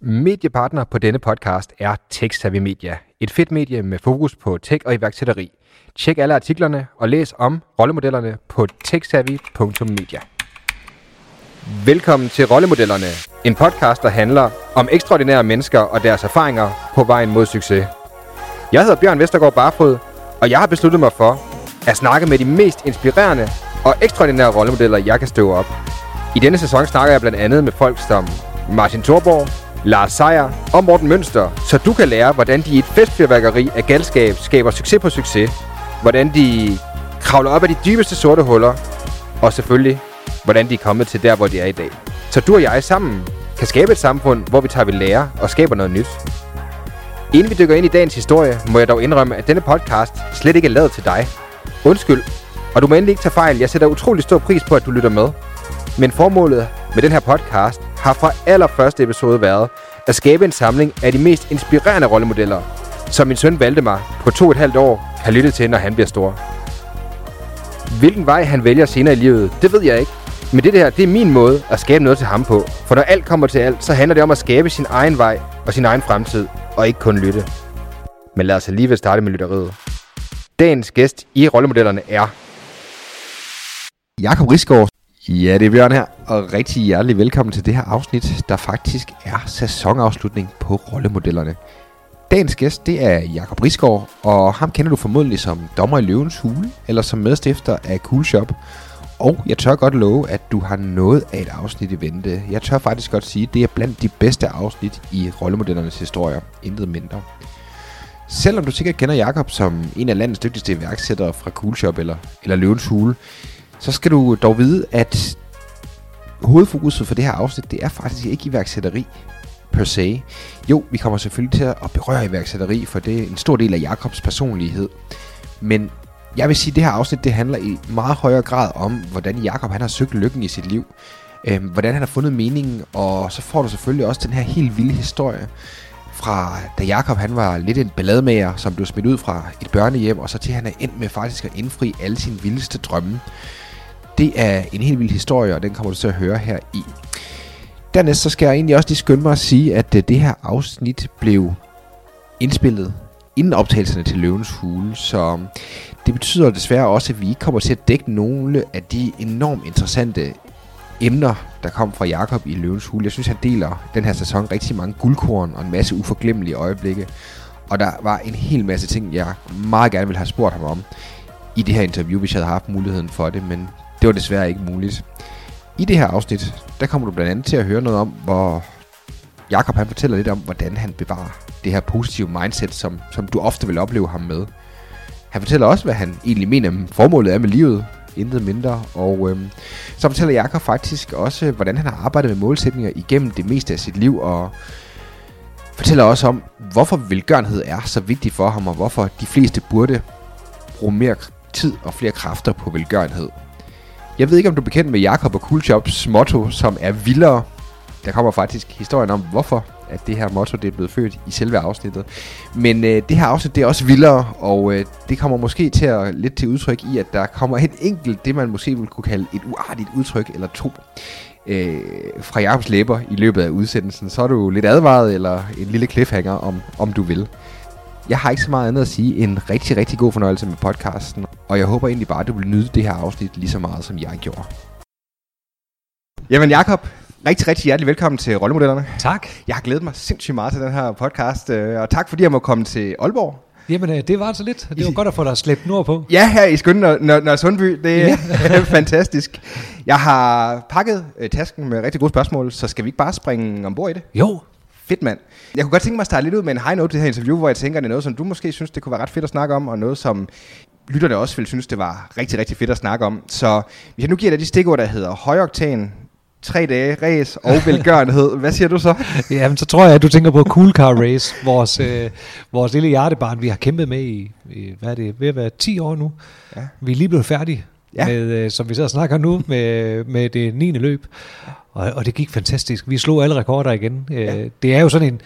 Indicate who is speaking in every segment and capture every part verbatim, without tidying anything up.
Speaker 1: Mediepartner på denne podcast er TechSavvy Media. Et fedt medie med fokus på tech og iværksætteri. Tjek alle artiklerne og læs om rollemodellerne på techsavvy punktum media. Velkommen til Rollemodellerne, en podcast, der handler om ekstraordinære mennesker og deres erfaringer på vejen mod succes. Jeg hedder Bjørn Vestergaard Barfod, og jeg har besluttet mig for at snakke med de mest inspirerende og ekstraordinære rollemodeller, jeg kan støve op. I denne sæson snakker jeg blandt andet med folk som Martin Thorborg, Lars Seier og Morten Mønster, så du kan lære, hvordan de i et festfyrværkeri af galskab skaber succes på succes, hvordan de kravler op af de dybeste sorte huller, og selvfølgelig, hvordan de er kommet til der, hvor de er i dag. Så du og jeg sammen kan skabe et samfund, hvor vi tager ved lære og skaber noget nyt. Inden vi dykker ind i dagens historie, må jeg dog indrømme, at denne podcast slet ikke er lavet til dig. Undskyld, og du må endelig ikke tage fejl. Jeg sætter utrolig stor pris på, at du lytter med. Men formålet med den her podcast har fra allerførste episode været at skabe en samling af de mest inspirerende rollemodeller, som min søn Valdemar på to og et halvt år kan lytte til, når han bliver stor. Hvilken vej han vælger senere i livet, det ved jeg ikke. Men det her, det er min måde at skabe noget til ham på. For når alt kommer til alt, så handler det om at skabe sin egen vej og sin egen fremtid, og ikke kun lytte. Men lad os alligevel starte med lytteriet. Dagens gæst i rollemodellerne er Jakob Risgaard. Ja, det er Bjørn her, og rigtig hjertelig velkommen til det her afsnit, der faktisk er sæsonafslutning på rollemodellerne. Dagens gæst, det er Jakob Risgaard, og ham kender du formodentlig som dommer i Løvens Hule, eller som medstifter af Coolshop. Og jeg tør godt love, at du har noget af et afsnit i vente. Jeg tør faktisk godt sige, at det er blandt de bedste afsnit i rollemodellernes historier, intet mindre. Selvom du sikkert kender Jakob som en af landets dygtigste iværksættere fra Coolshop eller, eller Løvens Hule, så skal du dog vide, at hovedfokuset for det her afsnit, det er faktisk ikke iværksætteri per se. Jo, vi kommer selvfølgelig til at berøre iværksætteri, for det er en stor del af Jakobs personlighed. Men jeg vil sige, at det her afsnit, det handler i meget højere grad om, hvordan Jakob han har søgt lykken i sit liv. Øhm, hvordan han har fundet meningen, og så får du selvfølgelig også den her helt vilde historie fra da Jakob han var lidt en ballademager, som blev smidt ud fra et børnehjem, og så til han er endt med faktisk at indfri alle sine vildeste drømme. Det er en helt vild historie, og den kommer du til at høre her i. Dernæst så skal jeg egentlig også lige skynde mig at sige, at det her afsnit blev indspillet inden optagelserne til Løvens Hule, så det betyder desværre også, at vi ikke kommer til at dække nogle af de enormt interessante emner, der kom fra Jakob i Løvens Hule. Jeg synes, han deler den her sæson rigtig mange guldkorn og en masse uforglemmelige øjeblikke. Og der var en hel masse ting, jeg meget gerne ville have spurgt ham om i det her interview, hvis jeg havde haft muligheden for det, men det var desværre ikke muligt. I det her afsnit, der kommer du blandt andet til at høre noget om, hvor Jakob han fortæller lidt om, hvordan han bevarer det her positive mindset, som, som du ofte vil opleve ham med. Han fortæller også, hvad han egentlig mener, formålet er med livet, intet mindre. Og øhm, så fortæller Jakob faktisk også, hvordan han har arbejdet med målsætninger igennem det meste af sit liv, og fortæller også om, hvorfor velgørenhed er så vigtig for ham, og hvorfor de fleste burde bruge mere tid og flere kræfter på velgørenhed. Jeg ved ikke, om du er bekendt med Jakob og Coolshops motto, som er vildere. Der kommer faktisk historien om, hvorfor at det her motto det er blevet født i selve afsnittet. Men øh, det her afsnit det er også vildere, og øh, det kommer måske til at lidt til udtryk i, at der kommer et enkelt, det man måske ville kunne kalde et uartigt udtryk eller to, øh, fra Jakobs læber i løbet af udsendelsen. Så er du lidt advaret, eller en lille cliffhanger, om, om du vil. Jeg har ikke så meget andet at sige end rigtig, rigtig god fornøjelse med podcasten, og jeg håber egentlig bare, at du vil nyde det her afsnit lige så meget, som jeg gjorde. Jamen Jakob, rigtig, rigtig hjertelig velkommen til Rollemodellerne.
Speaker 2: Tak.
Speaker 1: Jeg har glædet mig sindssygt meget til den her podcast, og tak fordi jeg må komme til Aalborg.
Speaker 2: Jamen, det var så lidt. Det var godt at få dig slæbt nordpå.
Speaker 1: Ja, her i skønne Nørre Sundby. Det er ja. fantastisk. Jeg har pakket øh, tasken med rigtig gode spørgsmål, så skal vi ikke bare springe ombord i det?
Speaker 2: Jo.
Speaker 1: Fedt, mand. Jeg kunne godt tænke mig at starte lidt ud med en high note til det her interview, hvor jeg tænker, det er noget, som du måske synes, det kunne være ret fedt at snakke om, og noget, som lytterne også ville synes, det var rigtig, rigtig fedt at snakke om. Så hvis jeg nu giver dig de stikord, der hedder højoktan, tre dage, race og velgørenhed. Hvad siger du så?
Speaker 2: Jamen, så tror jeg, at du tænker på Cool Car Race, vores, øh, vores lille hjertebarn, vi har kæmpet med i, i hvad er det, ved at være ti år nu. Ja. Vi er lige blevet færdige, ja. med, øh, som vi sidder og snakker nu, med, med det niende løb. Og, og det gik fantastisk. Vi slog alle rekorder igen. Ja. Øh, det er jo sådan en,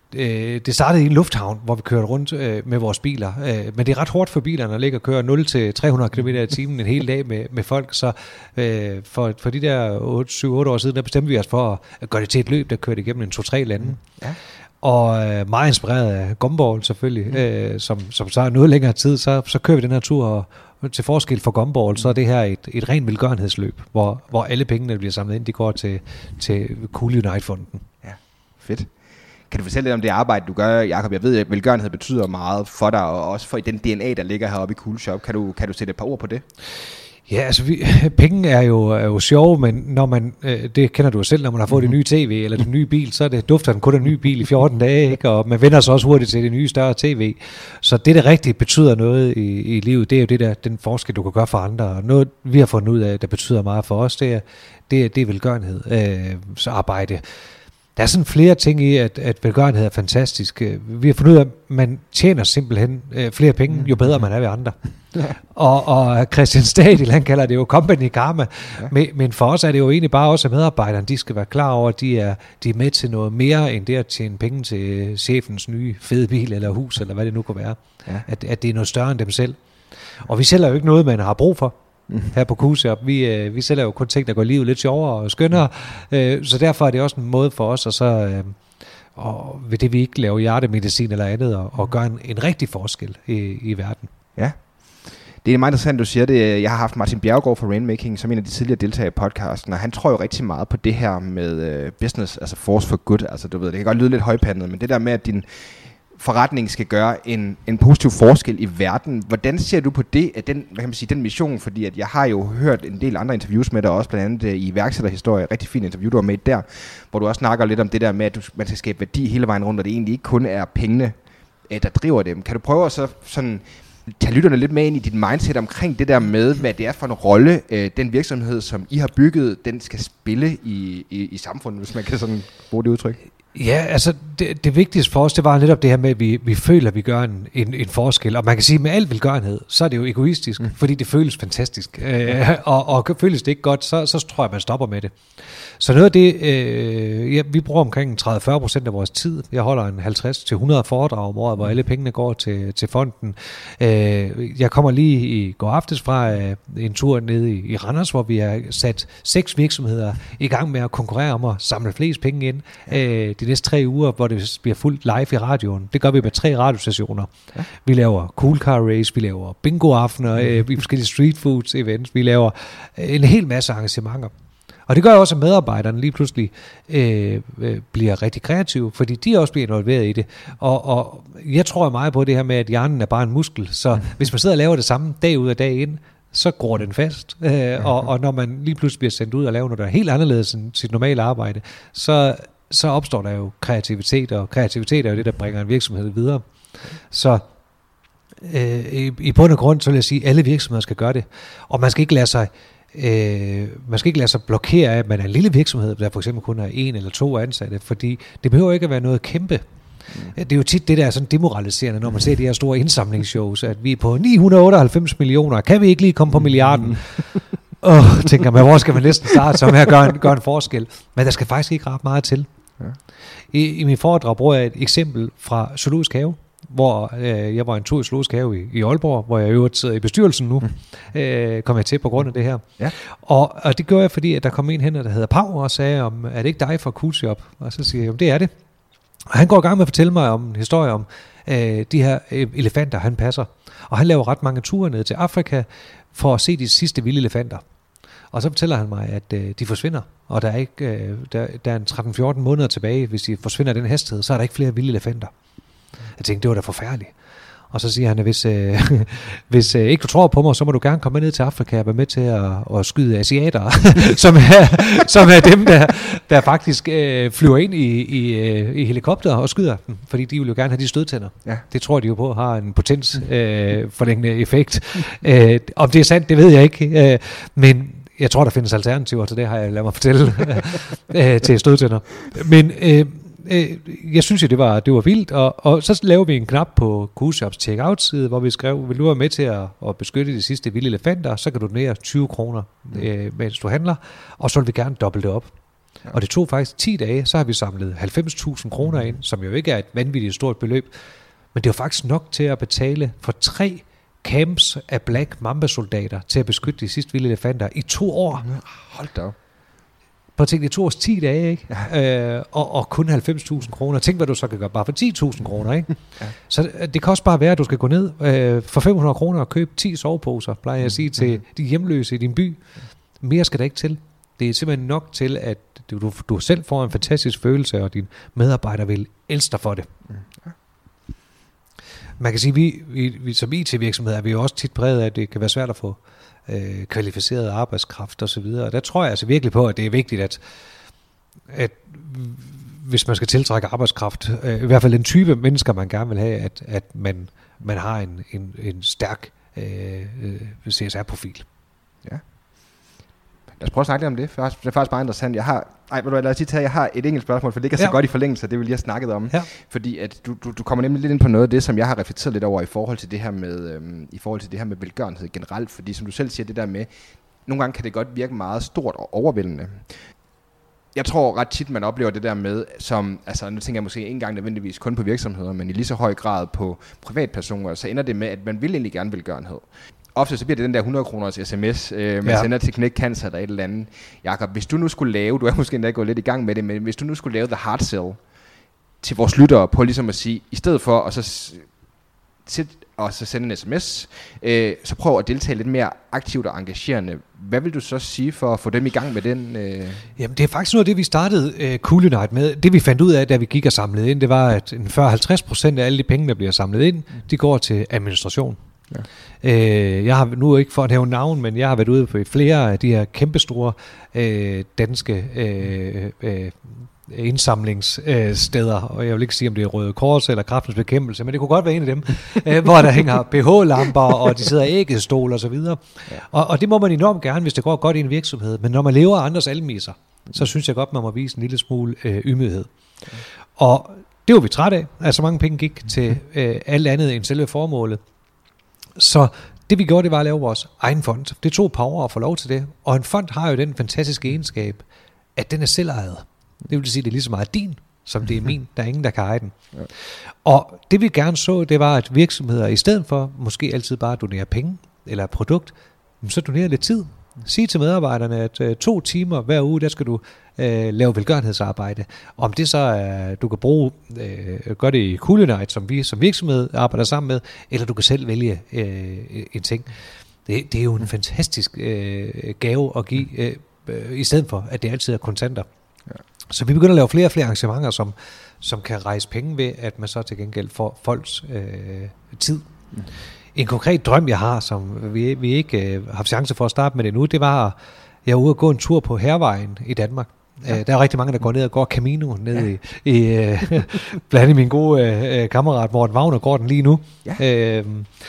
Speaker 2: øh, det startede i en lufthavn, hvor vi kørte rundt øh, med vores biler. Øh, men det er ret hårdt for bilerne at ligge og køre nul til tre hundrede kilometer i timen en hel dag med, med folk. Så øh, for, for de der syv otte år siden, der bestemte vi os for at gøre det til et løb, der kørte igennem en to-tre lande. Ja. Og øh, meget inspireret af Gumball selvfølgelig, mm. øh, som, som så er noget længere tid, så, så kører vi den her tur, og til forskel for Gumball, mm. så er det her et, et rent velgørenhedsløb, hvor, hvor alle pengene, der bliver samlet ind, de går til, til Cool Unite-fonden.
Speaker 1: Ja, fedt. Kan du fortælle lidt om det arbejde, du gør, Jakob? Jeg ved, at velgørenhed betyder meget for dig, og også for den D N A, der ligger heroppe i Cool Shop. Kan du, kan du sætte et par ord på det?
Speaker 2: Ja, altså vi, penge er jo, er jo sjove, men når man, øh, det kender du jo selv, når man har fået mm-hmm. det nye tv eller den nye bil, så er det dufter den kun en ny bil i fjorten dage, ikke? Og man vender sig også hurtigt til det nye større tv. Så det, der rigtig betyder noget i, i livet, det er jo det der, den forskel, du kan gøre for andre. Og noget, vi har fundet ud af, der betyder meget for os, det er, det er, det er velgørenhed, øh, så arbejde. Der er sådan flere ting i, at, at velgørenhed er fantastisk. Vi har fundet ud af, at man tjener simpelthen øh, flere penge, jo bedre man er ved andre. Ja. Og, og Christian Stadil, han kalder det jo company karma. Ja. Men, men for os er det jo egentlig bare også, at medarbejderne, de skal være klar over, at de er, de er med til noget mere, end det at tjene penge til chefens nye fede bil eller hus, eller hvad det nu kunne være. Ja. At, at det er noget større end dem selv. Og vi sælger jo ikke noget, man har brug for. Mm. Her på Cool Shop. Vi, øh, vi sælger jo kun ting, der gør livet lidt sjovere og skønnere, øh, så derfor er det også en måde for os, og så øh, og ved det vi ikke laver hjertemedicin eller andet, og, og gøre en, en rigtig forskel i, i verden.
Speaker 1: Ja, det er meget interessant, du siger det. Jeg har haft Martin Bjerregaard fra Rainmaking som en af de tidligere deltagere i podcasten, og han tror jo rigtig meget på det her med uh, business, altså force for good. Altså du ved, det kan godt lyde lidt højpandet, men det der med, at din forretning skal gøre en, en positiv forskel i verden. Hvordan ser du på det, at den, hvad kan man sige, den mission? Fordi at jeg har jo hørt en del andre interviews med dig, også blandt andet i iværksætterhistorie, rigtig fint interview, du har med der, hvor du også snakker lidt om det der med, at du, man skal skabe værdi hele vejen rundt, og det egentlig ikke kun er pengene, der driver dem. Kan du prøve at så sådan tage lytterne lidt med ind i dit mindset omkring det der med, hvad det er for en rolle, øh, den virksomhed, som I har bygget, den skal spille i, i, i samfundet, hvis man kan sådan bruge det udtryk?
Speaker 2: Ja, altså det, det vigtigste for os, det var netop det her med, at vi, vi føler, at vi gør en, en, en forskel. Og man kan sige, at med al velgørenhed, så er det jo egoistisk, mm. fordi det føles fantastisk. Øh, og, og føles det ikke godt, så, så tror jeg, at man stopper med det. Så noget af det, øh, ja, vi bruger omkring tredive til fyrre procent af vores tid. Jeg holder en halvtreds til hundrede foredrag om året, hvor alle pengene går til, til fonden. Øh, jeg kommer lige i går aftes fra øh, en tur nede i, i Randers, hvor vi har sat seks virksomheder i gang med at konkurrere om at samle flest penge ind øh, de næste tre uger, hvor det bliver fuldt live i radioen. Det gør vi med tre radiostationer. Ja. Vi laver Cool Car Race, vi laver bingo-aftener, øh, vi forskellige street foods events, vi laver øh, en hel masse arrangementer. Og det gør også, at medarbejderne lige pludselig øh, øh, bliver rigtig kreative, fordi de også bliver involveret i det. Og, og jeg tror meget på det her med, at hjernen er bare en muskel, så mm. hvis man sidder og laver det samme dag ud og dag ind, så går den fast. Øh, og, og når man lige pludselig bliver sendt ud og laver noget, der er helt anderledes end sit normale arbejde, så, så opstår der jo kreativitet, og kreativitet er jo det, der bringer en virksomhed videre. Så øh, i, i bund og grund, så vil jeg sige, at alle virksomheder skal gøre det. Og man skal ikke lade sig Øh, man skal ikke lade sig blokere af, at man er en lille virksomhed, der for eksempel kun er en eller to ansatte, fordi det behøver ikke at være noget kæmpe. Mm. Det er jo tit det, der er sådan demoraliserende, når man ser de her store indsamlingsshows, at vi er på ni hundrede otteoghalvfems millioner, kan vi ikke lige komme på milliarden? Åh, oh, tænker man, hvor skal man næsten starte så med at gøre en, gøre en forskel? Men der skal faktisk ikke ret meget til. Ja. I, I min foredrag bruger jeg et eksempel fra Zoologisk Have, hvor øh, jeg var en tur i Zoologisk Have i, i Aalborg, hvor jeg i øvrigt sidder i bestyrelsen nu, mm. øh, kom jeg til på grund af det her. Ja. Og, og det gjorde jeg, fordi at der kom en hen, der hedder Pau, og sagde, om, er det ikke dig fra Cool Shop? Og så siger jeg, det er det. Og han går i gang med at fortælle mig om en historie om øh, de her elefanter, han passer. Og han laver ret mange ture ned til Afrika for at se de sidste vilde elefanter. Og så fortæller han mig, at øh, de forsvinder, og der er, ikke, øh, der, der er en tretten til fjorten måneder tilbage. Hvis de forsvinder den hastighed, så er der ikke flere vilde elefanter. Jeg tænkte, det var da forfærdeligt. Og så siger han, at hvis, øh, hvis øh, ikke du tror på mig, så må du gerne komme ned til Afrika og være med til at, at skyde asiater, som, er, som er dem, der, der faktisk øh, flyver ind i, i, i helikopter og skyder dem, fordi de vil jo gerne have de stødtænder. Ja. Det tror de jo på har en potens øh, forlængende effekt. øh, om det er sandt, det ved jeg ikke, øh, men jeg tror, der findes alternativer til det, har jeg ladet mig fortælle, øh, til stødtænder. Men øh, jeg synes jo, det var, det var vildt, og, og så lavede vi en knap på Cool Shops checkout-side, hvor vi skrev, vil du være med til at, at beskytte de sidste vilde elefanter, så kan du donere tyve kroner, mm. øh, mens du handler, og så vil vi gerne dobbelt det op. Ja. Og det tog faktisk ti dage, så har vi samlet halvfems tusind kroner ind, som jo ikke er et vanvittigt stort beløb. Men det var faktisk nok til at betale for tre camps af Black Mamba-soldater til at beskytte de sidste vilde elefanter i to år.
Speaker 1: Hold da op.
Speaker 2: Prøv at tænke, det tog os ti dage, ikke? Ja. Øh, og, og kun halvfems tusind kroner. Tænk, hvad du så kan gøre bare for ti tusind kroner, ikke? Ja. Så det, det kan også bare være, at du skal gå ned øh, for fem hundrede kroner og købe ti soveposer, plejer jeg at sige, til de hjemløse i din by. Mere skal der ikke til. Det er simpelthen nok til, at du, du selv får en fantastisk følelse, og dine medarbejdere vil elske dig for det. Ja. Man kan sige, at vi, vi, vi som I T-virksomhed er vi jo også tit præget af, at det kan være svært at få øh, kvalificeret arbejdskraft osv. Og der tror jeg altså virkelig på, at det er vigtigt, at, at hvis man skal tiltrække arbejdskraft, øh, i hvert fald den type mennesker, man gerne vil have, at, at man, man har en, en, en stærk øh, C S R-profil.
Speaker 1: Ja. Lad os prøve at snakke lidt om det. Det er faktisk meget interessant. Jeg har, ej, lad os lige tage, jeg har et enkelt spørgsmål, for det ligger så ja. godt i forlængelse af det, vi lige har snakket om. Ja. Fordi at du, du, du kommer nemlig lidt ind på noget af det, som jeg har reflekteret lidt over i forhold til det her med, øhm, i forhold til det her med velgørenhed generelt. Fordi som du selv siger, det der med, nogle gange kan det godt virke meget stort og overvældende. Jeg tror ret tit, man oplever det der med, som, altså nu tænker jeg måske ikke engang nødvendigvis kun på virksomheder, men i lige så høj grad på privatpersoner, så ender det med, at man vil egentlig gerne velgørenhed. Ofte så bliver det den der hundrede kroners sms, øh, man ja. sender til Knæk Cancer eller et eller andet. Jakob, hvis du nu skulle lave, du er måske endda gået lidt i gang med det, men hvis du nu skulle lave the hard sell til vores lyttere på ligesom at sige, i stedet for at så, sit, og så sende en sms, øh, så prøv at deltage lidt mere aktivt og engagerende. Hvad vil du så sige for at få dem i gang med den? Øh? Jamen det er faktisk noget af det, vi startede øh, Cool Unite med. Det vi fandt ud af, da vi gik og samlede ind, det var, at fyrre til halvtreds procent af alle de penge, der bliver samlet ind, de går til administration. Ja. Øh, jeg har nu ikke for at have navn, men jeg har været ude på flere af de her kæmpestore øh, danske øh, øh, indsamlingssteder, og jeg vil ikke sige, om det er Røde Kors eller Kræftens Bekæmpelse, men det kunne godt være en af dem, øh, hvor der hænger B H-lamper, og de sidder i æggestol og så videre. Ja. Og, og det må man enormt gerne, hvis det går godt i en virksomhed, men når man lever af andres almisser, så synes jeg godt, man må vise en lille smule øh, ydmyghed. Ja. Og det var vi træt af, at så mange penge gik til øh, alt andet end selve formålet. Så det vi gjorde, det var at lave vores egen fond. Det tog et par år at få lov til det. Og en fond har jo den fantastiske egenskab, at den er selvejet. Det vil sige, at det er lige så meget din, som det er min. Der er ingen, der kan eje den. Ja. Og det vi gerne så, det var, at virksomheder i stedet for måske altid bare donere penge eller et produkt, så donere lidt tid. Sig til medarbejderne, at uh, to timer hver uge, der skal du uh, lave velgørenhedsarbejde. Om det så er, uh, du kan bruge, uh, gør det i Cool Unite, som vi som virksomhed arbejder sammen med, eller du kan selv vælge uh, en ting. Det, det er jo en fantastisk uh, gave at give, uh, uh, i stedet for, at det altid er kontanter. Ja. Så vi begynder at lave flere og flere arrangementer, som, som kan rejse penge ved, at man så til gengæld får folks uh, tid. Mm. En konkret drøm, jeg har, som vi, vi ikke øh, har haft chance for at starte med det nu, det var, at jeg var ude og gå en tur på Hærvejen i Danmark. Ja. Øh, der er rigtig mange, der går ned og går Camino ned ja. i, i øh, blandt andet min gode øh, kammerat Morten Wagner går den lige nu. Ja. Øh,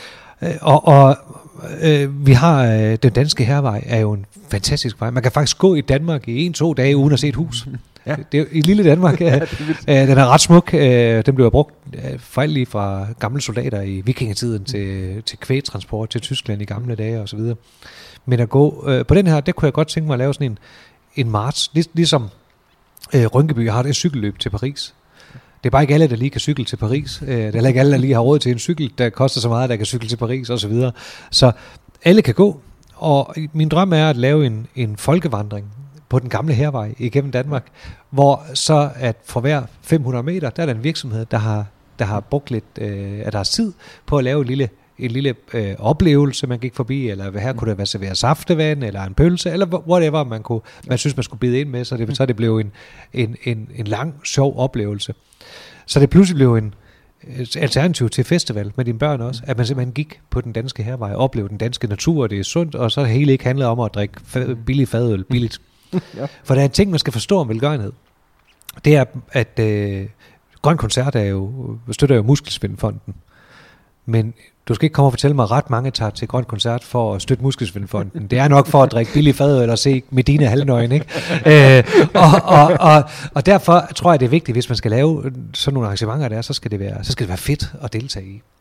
Speaker 1: og og øh, vi har øh, den danske Hærvej er jo en fantastisk vej. Man kan faktisk gå i Danmark i en-to dage uden at se et hus. Ja. Det er i lille Danmark. Ja, øh, den er ret smuk. Øh, den blev brugt øh, for alt lige fra gamle soldater i vikingetiden til, til kvægtransport til Tyskland i gamle dage og så videre. Men at gå øh, på den her, det kunne jeg godt tænke mig at lave sådan en, en march, lig, ligesom øh, Rynkeby har det cykelløb til Paris. Det er bare ikke alle, der lige kan cykle til Paris. Øh, det er heller ikke alle, der lige har råd til en cykel, der koster så meget, der kan cykle til Paris og så videre. Så alle kan gå, og min drøm er at lave en, en folkevandring på den gamle Hærvej igennem Danmark, hvor så at for hver fem hundrede meter, der er der en virksomhed, der har, der har brugt lidt øh, af deres tid på at lave en lille, en lille øh, oplevelse, man gik forbi, eller her kunne det være serveret saftevand, eller en pølse, eller whatever man kunne, man synes, man skulle bide ind med, så det, så det blev en, en, en, en lang, sjov oplevelse. Så det pludselig blev en alternativ til festival med dine børn også, at man simpelthen gik på den danske Hærvej og oplevede den danske natur, og det er sundt, og så hele ikke handlet om at drikke fa- billig fadøl billigt. Ja. For der er en ting, man skal forstå om velgørenhed. Det er, at øh, Grøn Koncert er jo, støtter jo Muskelsvindfonden. Men du skal ikke komme og fortælle mig, at ret mange tager til Grøn Koncert for at støtte Muskelsvindfonden. Det er nok for at drikke billig fadøl eller se Medina halvnøgen, ikke? øh, og, og, og, og derfor tror jeg, det er vigtigt, hvis man skal lave sådan nogle arrangementer der, så skal det være, så skal det være fedt at deltage i.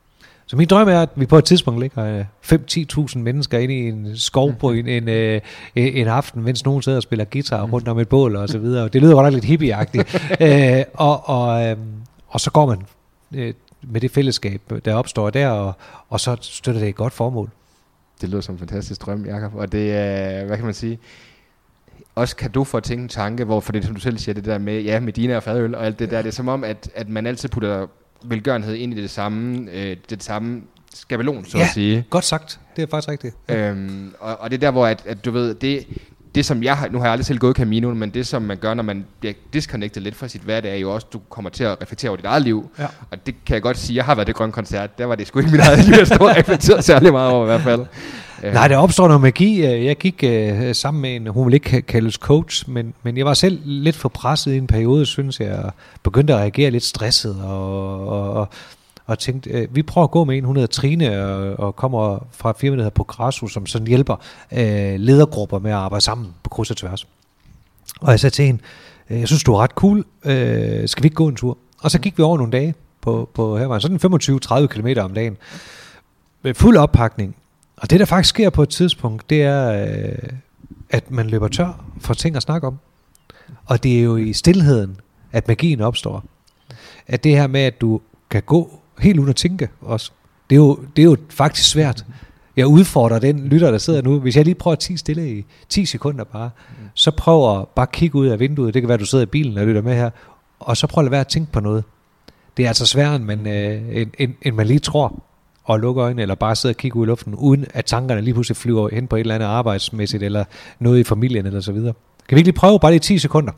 Speaker 2: Så min drøm er, at vi på et tidspunkt ligger fem til ti tusind mennesker inde i en skov på en, en, en, en aften, mens nogen sidder og spiller guitar rundt om et bål og så videre. Det lyder godt nok lidt hippieagtigt. øh, og, og, øh, og så går man øh, med det fællesskab, der opstår der, og, og så støtter det et godt formål.
Speaker 1: Det lyder som en fantastisk drøm, Jakob. Og det er, hvad kan man sige, også kan du få at tænke en tanke, hvor, for det som du selv siger, det der med, ja, med dine og fadøl og alt det der, det er som om, at, at man altid putter velgørenhed ind i det samme, øh, det samme skabelon, så
Speaker 2: ja,
Speaker 1: at sige.
Speaker 2: Godt sagt. Det er faktisk rigtigt.
Speaker 1: Øhm, og, og det er der, hvor at, at du ved, det, det som jeg har, nu har jeg aldrig selv gået Camino, men det som man gør, når man bliver disconnected lidt fra sit hverdag, er jo også, du kommer til at reflektere over dit eget liv. Ja. Og det kan jeg godt sige, jeg har været det grønne koncert, der var det sgu ikke mit eget liv, jeg stod og reflekterede særlig meget over i hvert fald.
Speaker 2: Nej, der opstår noget magi. Jeg gik uh, sammen med en, hun vil ikke kaldes coach, men, men jeg var selv lidt for presset i en periode, synes jeg, og begyndte at reagere lidt stresset, og, og, og, og tænkte, uh, vi prøver at gå med en, hun hedder Trine, og, og kommer fra firmaet, der hedder Progresso, som sådan hjælper uh, ledergrupper med at arbejde sammen på kryds og tværs. Og jeg sagde til hende, jeg synes, du er ret cool, uh, skal vi ikke gå en tur? Og så gik vi over nogle dage på, på her var sådan femogtyve til tredive kilometer om dagen, med fuld oppakning. Og det, der faktisk sker på et tidspunkt, det er, øh, at man løber tør for ting at snakke om. Og det er jo i stilheden, at magien opstår. At det her med, at du kan gå helt uden at tænke også, det er jo, det er jo faktisk svært. Jeg udfordrer den lytter, der sidder nu. Hvis jeg lige prøver at tie stille i ti sekunder bare, så prøv at bare kigge ud af vinduet. Det kan være, at du sidder i bilen og lytter med her. Og så prøv at lade være at tænke på noget. Det er altså sværere, end man, øh, end, end, end man lige tror. Og lukke øjnene, eller bare sidde og kigge ud i luften, uden at tankerne lige pludselig flyver hen på et eller andet arbejdsmæssigt, eller noget i familien, eller så videre. Kan vi ikke lige prøve bare lige ti sekunder?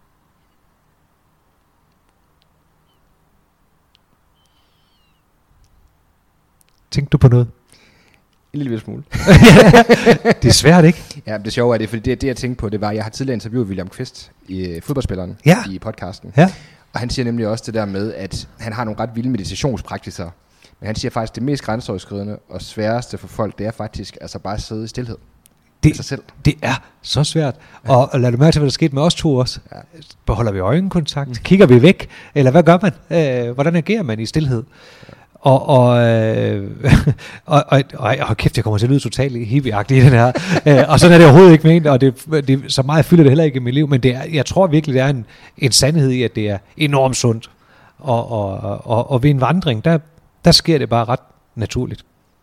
Speaker 2: Tænkte du på noget?
Speaker 1: En lille smule.
Speaker 2: Det er svært, ikke?
Speaker 1: Ja, det sjove er det, fordi det, det jeg tænkte på, det var, at jeg har tidligere interviewet William Kvist, i fodboldspilleren,
Speaker 2: ja.
Speaker 1: i podcasten.
Speaker 2: Ja.
Speaker 1: Og han siger nemlig også det der med, at han har nogle ret vilde meditationspraktiser. Men han siger faktisk, at det mest grænseoverskridende og sværeste for folk, det er faktisk altså bare at sidde i stilhed.
Speaker 2: Det, sig selv. Det er så svært. Ja. Og, og lad du mærke til, hvad der skete med os to også. Ja. Beholder vi øjenkontakt? Mm. Kigger vi væk? Eller hvad gør man? Øh, hvordan agerer man i stilhed? Ja. Og, og, øh, og, og, og, og kæft, jeg kommer til at lyde totalt hippieagtig i den her. øh, og sådan er det overhovedet ikke ment, og det, det, så meget fylder det heller ikke i mit liv. Men det er, jeg tror virkelig, det er en, en sandhed i, at det er enormt sundt. Og, og, og, og ved en vandring, der Der sker det bare ret naturligt.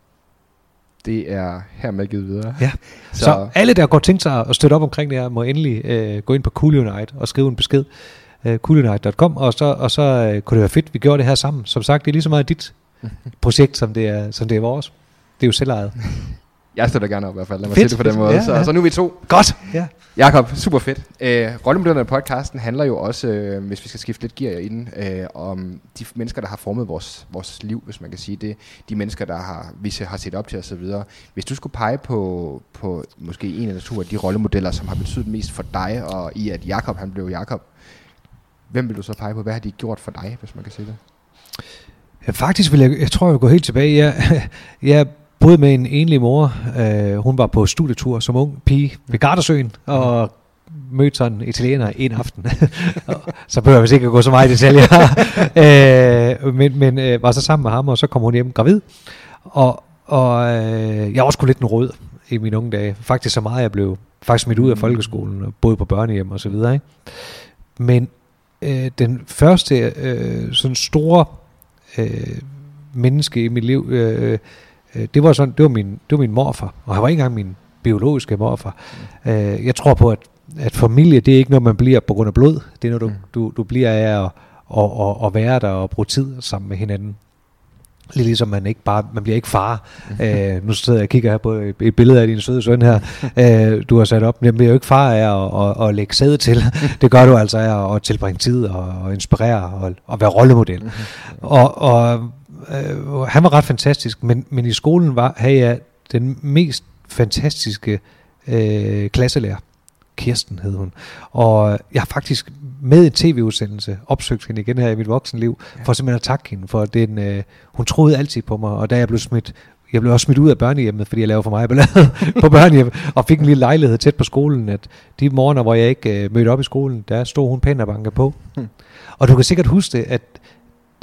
Speaker 1: Det er hermed givet videre.
Speaker 2: Ja. Så, så alle, der godt tænkt sig at støtte op omkring det her, må endelig øh, gå ind på Cool Unite og skrive en besked. Øh, cool unite punktum com, og så, og så øh, kunne det være fedt, vi gjorde det her sammen. Som sagt, det er lige så meget dit projekt, som det er, som det er vores. Det er jo selvejet.
Speaker 1: Jeg støtter gerne op i hvert fald. Lad mig fedt, sige det på den måde. Ja, så, ja. så nu er vi to.
Speaker 2: Godt. Ja.
Speaker 1: Jakob, super fedt. Øh, Rollemodellerne podcasten handler jo også, øh, hvis vi skal skifte lidt gear i den, øh, om de mennesker, der har formet vores, vores liv, hvis man kan sige det. De mennesker, der har, vi har set op til osv. Hvis du skulle pege på, på måske en eller to af de rollemodeller, som har betydet mest for dig, og i at Jakob han blev Jakob, hvem vil du så pege på? Hvad har de gjort for dig, hvis man kan sige det?
Speaker 2: Ja, faktisk vil jeg, jeg tror, jeg vil gå helt tilbage. Jeg, jeg boede med en enlig mor. Øh, hun var på studietur som ung pige ved Gardasøen, og mødte sådan en italiener en aften. Så behøver jeg vist ikke at gå så meget i detaljer. øh, men men øh, var så sammen med ham, og så kom hun hjem gravid. Og, og øh, jeg var sgu lidt en rød i mine unge dage. Faktisk så meget, jeg blev faktisk smidt ud af folkeskolen, og boede på børnehjem og så videre. Ikke? Men øh, den første øh, sådan store øh, menneske i mit liv, øh, øh, det var sådan, det var min, det var min morfar, og han var ikke engang min biologiske morfar. Mm. Øh, jeg tror på, at, at familie, det er ikke noget, man bliver på grund af blod. Det er noget, du, mm. du, du bliver af at, og, og, og være der og bruge tid sammen med hinanden. Lidt ligesom man ikke bare, man bliver ikke far. Mm. Øh, nu sidder jeg og kigger her på et, et billede af din søde søn her, øh, du har sat op. Men bliver jo ikke far af at, at, at lægge sæde til. Det gør du altså af at tilbringe tid og, og inspirere og, og være rollemodel. Mm. Og, og øh, han var ret fantastisk, men, men i skolen var, havde jeg den mest fantastiske øh, klasselærer. Kirsten hed hun. Og jeg har faktisk med en tv-udsendelse opsøgt hende igen her i mit voksenliv, ja. For simpelthen at takke hende, for den, øh, hun troede altid på mig, og da jeg blev smidt, jeg blev også smidt ud af børnehjemmet, fordi jeg lavede for mig ballade på børnehjemmet, og fik en lille lejlighed tæt på skolen, at de morgener, hvor jeg ikke øh, mødte op i skolen, der stod hun pænt og banke på. Hmm. Og du kan sikkert huske det, at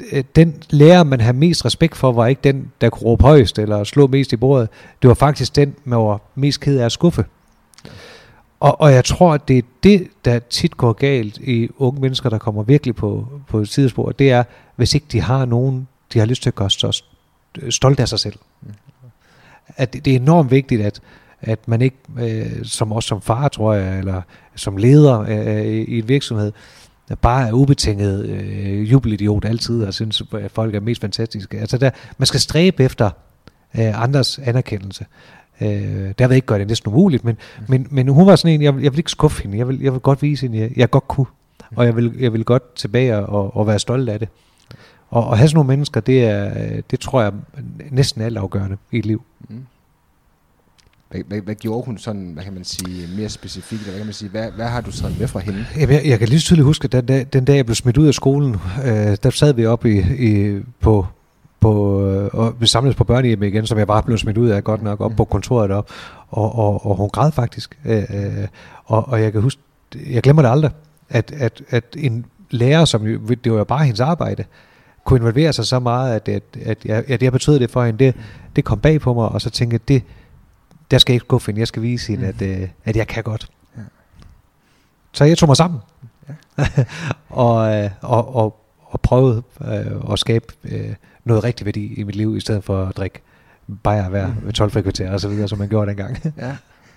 Speaker 2: den lærer, man har mest respekt for, var ikke den, der kunne råbe højst eller slå mest i bordet. Det var faktisk den, man var mest ked af at skuffe. Og, og jeg tror, at det er det, der tit går galt i unge mennesker, der kommer virkelig på, på sidespor. Det er, hvis ikke de har nogen, de har lyst til at gøre så stolt af sig selv. At det, det er enormt vigtigt, at, at man ikke, øh, som også som far, tror jeg, eller som leder øh, i en virksomhed, der bare er ubetinget øh, jubelidiot altid, og synes, at folk er mest fantastiske. Altså der, man skal stræbe efter øh, andres anerkendelse. Øh, der vil ikke gøre det næsten umuligt, men, mm. men, men hun var sådan en, jeg, jeg vil ikke skuffe hende, jeg vil, jeg vil godt vise hende, jeg, jeg godt kunne, mm. og jeg vil, jeg vil godt tilbage og, og være stolt af det. Og, og have sådan nogle mennesker, det, er, det tror jeg næsten alt afgørende i et liv.
Speaker 1: Mm. Hvad, hvad, hvad gjorde hun sådan, hvad kan man sige, mere specifikt, hvad kan man sige, hvad, hvad har du taget med fra hende?
Speaker 2: Jamen, jeg, jeg kan lige så tydeligt huske, at den dag, den dag jeg blev smidt ud af skolen, øh, der sad vi oppe i, i, på, på, og vi samledes på børnehjemmet igen, som jeg bare blev smidt ud af godt nok, op mm. på kontoret op, og, og, og hun græd faktisk. Øh, øh, og, og jeg kan huske, jeg glemmer det aldrig, at, at, at en lærer, som jo, det var jo bare hendes arbejde, kunne involvere sig så meget, at, at, at, jeg, at jeg betød det for hende, det, det kom bag på mig, og så tænkte jeg, det der skal jeg ikke gå finde, jeg skal vise hende, at, øh, at jeg kan godt. Ja. Så jeg tog mig sammen. Ja. og, øh, og, og, og prøvede øh, at skabe øh, noget rigtig værdi i mit liv, i stedet for at drikke bajer hver mm. tolv frikvarter og så videre, som man gjorde dengang. Ja.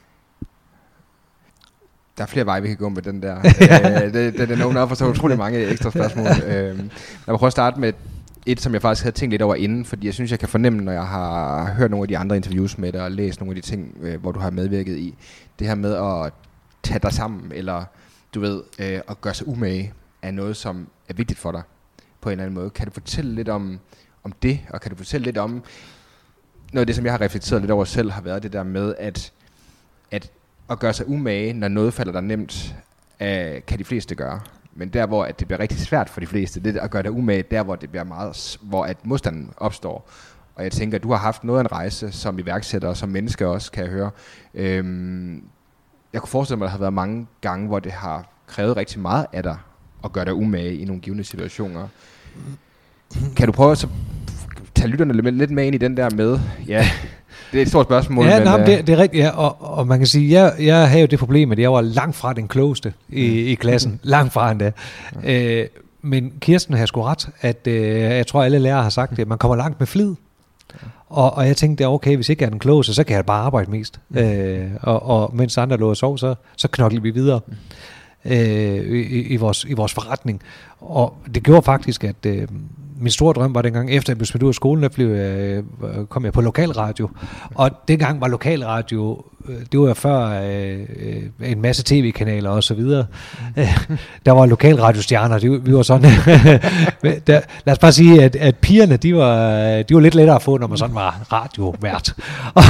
Speaker 1: Der er flere veje, vi kan gå med den der. øh, det, det, den åbner op for så utrolig mange ekstra spørgsmål. øh, jeg vil prøve at starte med et, som jeg faktisk havde tænkt lidt over inden, fordi jeg synes, jeg kan fornemme, når jeg har hørt nogle af de andre interviews med dig, og læst nogle af de ting, øh, hvor du har medvirket i, det her med at tage dig sammen, eller du ved, øh, at gøre sig umage, er noget, som er vigtigt for dig, på en eller anden måde. Kan du fortælle lidt om, om det, og kan du fortælle lidt om, noget af det, som jeg har reflekteret lidt over selv, har været det der med, at, at, at gøre sig umage, når noget falder dig nemt, øh, kan de fleste gøre. Men der, hvor at det bliver rigtig svært for de fleste, det er at gøre det umage, der hvor det bliver meget, hvor at modstanden opstår. Og jeg tænker, at du har haft noget af en rejse som iværksætter, og som menneske også, kan jeg høre. Øhm, jeg kunne forestille mig, at der har været mange gange, hvor det har krævet rigtig meget af dig, at gøre dig umage i nogle givne situationer. Kan du prøve at tage lytterne lidt med ind i den der med, ja, det er et stort spørgsmål.
Speaker 2: Ja,
Speaker 1: men,
Speaker 2: nej, det, det er rigtigt, ja, og, og man kan sige, jeg, jeg havde jo det problem, at jeg var langt fra den klogeste i, mm. i klassen, langt fra endda. Ja. Øh, men Kirsten har sgu ret, at øh, jeg tror, alle lærere har sagt det, man kommer langt med flid. Ja. Og, og jeg tænkte, okay, hvis ikke jeg er den klogeste, så kan jeg bare arbejde mest. Mm. Øh, og, og mens andre lå og sov, så, så knokler vi videre mm. øh, i, i, vores, i vores forretning. Og det gjorde faktisk, at øh, min store drøm var dengang, efter jeg blev smidt ud af skolen, der blev jeg, kom jeg på lokalradio. Og dengang var lokalradio, det var jo før øh, en masse tv-kanaler og så videre. Der var lokalradiostjerner, de, vi var sådan. der, lad os bare sige, at, at pigerne, de var, de var lidt lettere at få, når man sådan var radiovært. og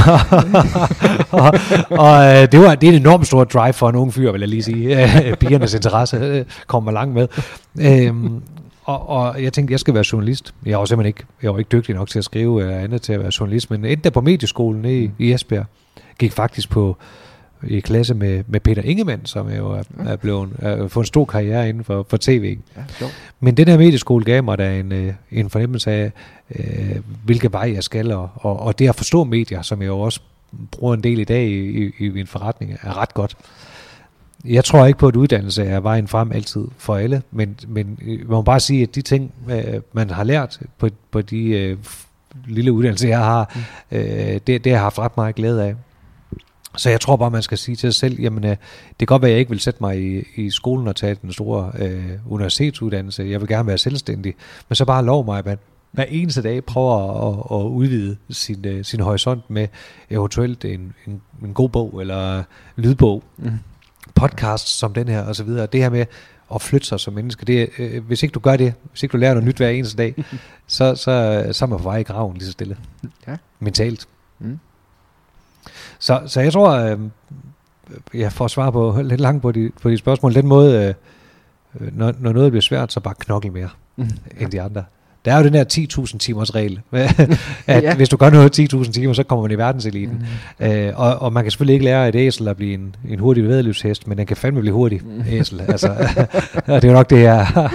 Speaker 2: og, og det, var, det er en enormt stor drive for en ung fyr, vil jeg lige sige. Pigernes interesse kommer langt med. Øhm, Og, og jeg tænkte, jeg skal være journalist. Jeg var simpelthen ikke, jeg var ikke dygtig nok til at skrive eller andet til at være journalist, men endte der på medieskolen i, i Esbjerg. Gik faktisk på i klasse med, med Peter Ingemann, som jo er, er blevet er fået en stor karriere inden for, for tv. Ja, men den her medieskole gav mig da en, en fornemmelse af, øh, hvilke vej jeg skal, og, og, og det at forstå medier, som jeg jo også bruger en del i dag i, i, i min forretning, er ret godt. Jeg tror ikke på, at uddannelse er vejen frem altid for alle, men, men man må bare sige, at de ting, øh, man har lært på, på de øh, lille uddannelser, jeg har, mm. øh, det, det har jeg haft ret meget glæde af. Så jeg tror bare, man skal sige til sig selv, jamen øh, det kan godt være, at jeg ikke vil sætte mig i, i skolen og tage den store øh, universitetsuddannelse. Jeg vil gerne være selvstændig, men så bare lov mig, at man hver eneste dag prøver at, at udvide sin, øh, sin horisont med eventuelt en, en, en god bog eller lydbog. Mm. Podcasts som den her og så videre. Det her med at flytte sig som menneske, det, øh, hvis ikke du gør det, hvis ikke du lærer noget nyt hver eneste dag, så, så, så er man på vej i graven lige så stille. Ja. Mentalt. Mm. Så, så jeg tror, øh, jeg får svar på lidt langt på de, på de spørgsmål. Den måde, øh, når, når noget bliver svært, så bare knokle mere mm. end de andre. Der er jo den her ti tusind timers regel, at ja. hvis du gør noget ti tusind timer, så kommer man i verdenseliten. Mm. Øh, og, og man kan selvfølgelig ikke lære et æsel at blive en, en hurtig væddeløbshest, men den kan fandme blive hurtig mm. æsel. Altså, og det er jo nok det her.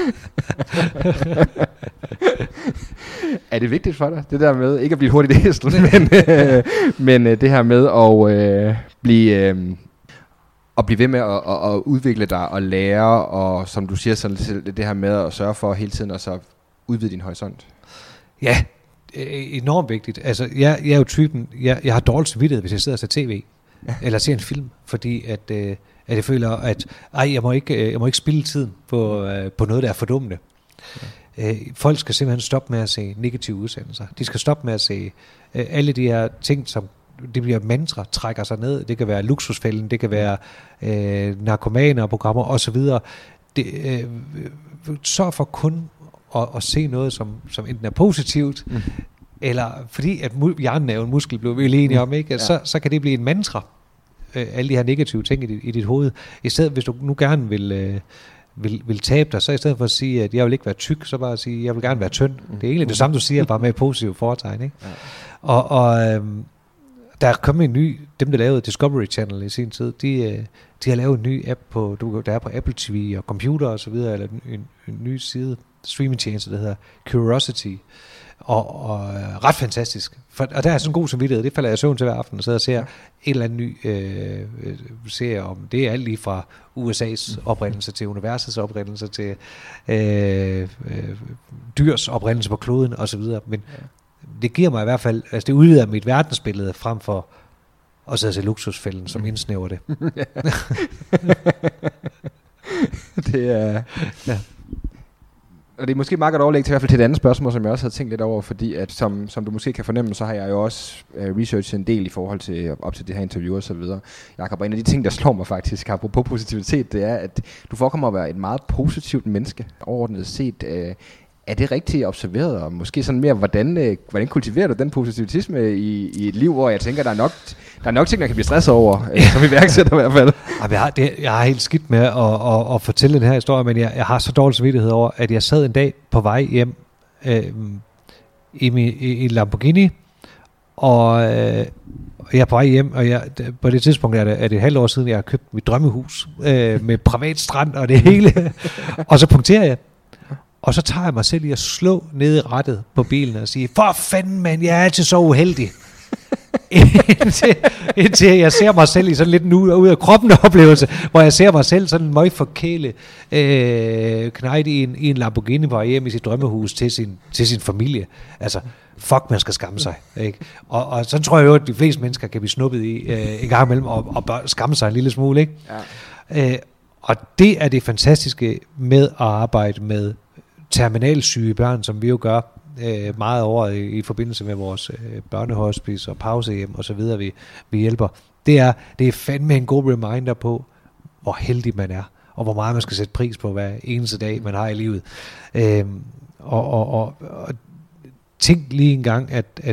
Speaker 1: Er det vigtigt for dig, det der med, ikke at blive hurtigt æsel, men, øh, men øh, det her med at øh, blive... Øh, og blive ved med at, at, at udvikle dig og lære, og som du siger, sådan, det her med at sørge for hele tiden at så udvide din horisont?
Speaker 2: Ja, enormt vigtigt. Altså, jeg, jeg er jo typen, jeg, jeg har dårligt samvittighed, hvis jeg sidder og ser tv, ja. eller ser en film, fordi at, øh, at jeg føler, at ej, jeg må ikke, jeg må ikke spilde tiden på, øh, på noget, der er fordummende. Ja. Øh, folk skal simpelthen stoppe med at se negative udsendelser. De skal stoppe med at se øh, alle de her ting, som det bliver mantra, trækker sig ned. Det kan være Luksusfælden, det kan være øh, narkomaner og programmer osv. Det, øh, sørg for kun at, at se noget, som, som enten er positivt, mm. eller fordi at mu- hjernen er jo en muskel, blev vi jo enige om, ikke? Ja. Så, så kan det blive en mantra, øh, alle de her negative ting i dit, i dit hoved. I stedet, hvis du nu gerne vil, øh, vil, vil tabe dig, så i stedet for at sige, at jeg vil ikke være tyk, så bare at sige, at jeg vil gerne være tynd. Mm. Det er egentlig mm. det samme, du siger, bare med positive foretegn, ikke? Ja. Og, og øh, der er kommet en ny, dem der lavede Discovery Channel i sin tid, de, de har lavet en ny app på, der er på Apple T V og computer og så videre, eller en, en ny side, streamingtjeneste, der hedder Curiosity, og, og ret fantastisk. For, og der er sådan en god samvittighed, det falder jeg i søvn til hver aften, og sidder og ser en eller anden ny øh, serie om, det er alt lige fra U S A's oprindelse til universets oprindelse til øh, øh, dyrs oprindelse på kloden og så videre, men det giver mig i hvert fald, altså det udvider mit verdensbillede frem for at sidde til Luksusfælden, som indsnæver det.
Speaker 1: Det er... Ja. Og det er måske meget godt overlæg til i hvert fald til et andet spørgsmål, som jeg også havde tænkt lidt over, fordi at som, som du måske kan fornemme, så har jeg jo også uh, researchet en del i forhold til op til det her interview og så videre. Jakob, og en af de ting, der slår mig faktisk, apropos positivitet, det er, at du forekommer at være et meget positivt menneske, overordnet set. Uh, Er det rigtigt observeret, og måske sådan mere, hvordan, øh, hvordan kultiverer du den positivitisme i, i et liv, hvor jeg tænker, der er nok, der er nok ting, man kan blive stresset over, øh, som iværksætter i hvert fald?
Speaker 2: Jeg har, det, jeg har helt skidt med at, at, at, at fortælle den her historie, men jeg, jeg har så dårlig samvittighed over, at jeg sad en dag på vej hjem øh, i, min, i, i Lamborghini, og øh, jeg er på vej hjem, og jeg, på det tidspunkt er det, er det et halvt år siden, jeg har købt mit drømmehus øh, med privat strand og det hele, og så punkterer jeg. Og så tager jeg mig selv i at slå ned i rattet på bilen og sige, for fanden mand, jeg er altid så uheldig. indtil, indtil jeg ser mig selv i sådan lidt nu ud af kroppen oplevelse, hvor jeg ser mig selv sådan en meget forkæle øh, knejt i en, i en Lamborghini på hjem i sit drømmehus til sin, til sin familie. Altså, fuck, man skal skamme sig. Ikke? Og, og sådan tror jeg jo, at de fleste mennesker kan blive snuppet i øh, en gang imellem og, og skamme sig en lille smule. Ikke? Ja. Øh, og det er det fantastiske med at arbejde med terminalsyge børn, som vi jo gør øh, meget over i, i forbindelse med vores øh, børnehospice og pausehjem og så videre, vi, vi hjælper. Det er, det er fandme en god reminder på, hvor heldig man er, og hvor meget man skal sætte pris på hver eneste dag, man har i livet. Øh, og, og, og, og tænk lige en gang, at, at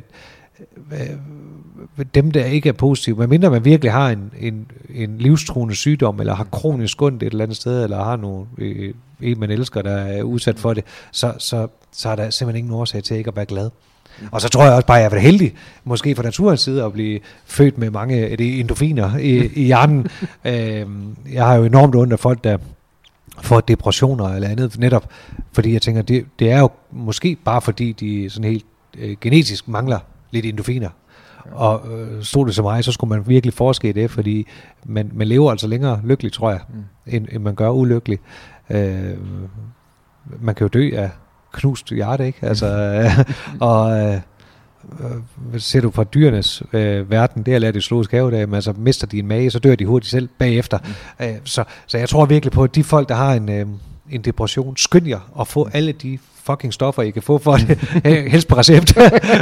Speaker 2: øh, dem, der ikke er positive, medmindre man virkelig har en, en, en livstruende sygdom, eller har kronisk ondt et eller andet sted, eller har nogle, øh, en, man elsker, der er udsat for det, så, så, så er der simpelthen ingen årsag til ikke at være glad. Mm. Og så tror jeg også bare, at jeg er heldig, måske fra naturens side, at blive født med mange af de endorfiner i, i hjernen. øh, jeg har jo enormt ondt af folk, der får depressioner eller andet, netop fordi jeg tænker, det, det er jo måske bare fordi, de sådan helt øh, genetisk mangler lidt endorfiner. Og øh, stod det til mig, så skulle man virkelig forske i det, fordi man, man lever altså længere lykkelig, tror jeg, mm. end, end man gør ulykkelig. Øh, man kan jo dø af knust hjerte, ikke? Altså, øh, og øh, øh, ser du fra dyrenes øh, verden, det er lært i zoologisk have, at altså, mister de en mage, så dør de hurtigt selv bagefter. Mm. Øh, så, så jeg tror virkelig på, at de folk, der har en, øh, en depression, skynd jer at få alle de fucking stoffer, I kan få for det, helst på recept,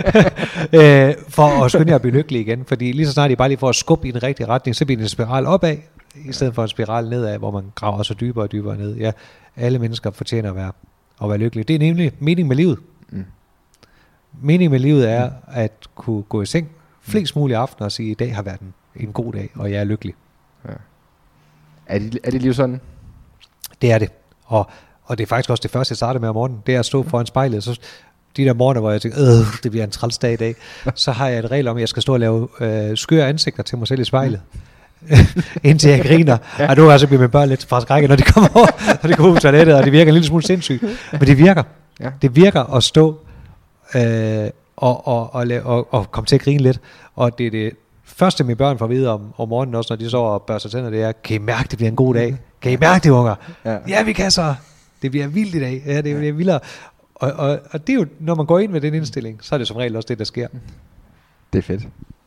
Speaker 2: øh, for at skynde jer at blive lykkelig igen. Fordi lige så snart I bare lige får at skubbe i den rigtige retning, så bliver det en spiral opad, i stedet for en spiral nedad, hvor man graver så dybere og dybere ned. Ja, alle mennesker fortjener at være, at være lykkelige. Det er nemlig mening med livet. Mm. Mening med livet er mm. at kunne gå i seng flest mulige aftener og sige, at i dag har været en, en god dag, og jeg er lykkelig.
Speaker 1: Ja. Er det, er det liv sådan?
Speaker 2: Det er det. Og Og det er faktisk også det første, jeg startede med om morgenen, det er at stå foran spejlet, så de der morgener, hvor jeg tænker, øh, det bliver en træls dag i dag, så har jeg et regel om, at jeg skal stå og lave øh, skøre ansigter til mig selv i spejlet. Indtil jeg griner. Ja. Og nu altså bliver min børn lidt fra skrækket, når de kommer over, når de kommer ud på toilettet, og det virker en lille smule sindssygt. Men det virker. Ja. Det virker at stå øh, og, og, og, og, og komme til at grine lidt. Og det er det første, mine børn får at vide om, om morgenen også, når de sover og børster tænder, det er, kan I mærke, det bliver en god dag? Kan I mærke det, unger? Ja, ja vi kan så. Det bliver vildt i dag. Ja, det bliver vildere. Og, og, og det er jo, når man går ind med den indstilling, så er det som regel også det, der sker.
Speaker 1: Det er fedt.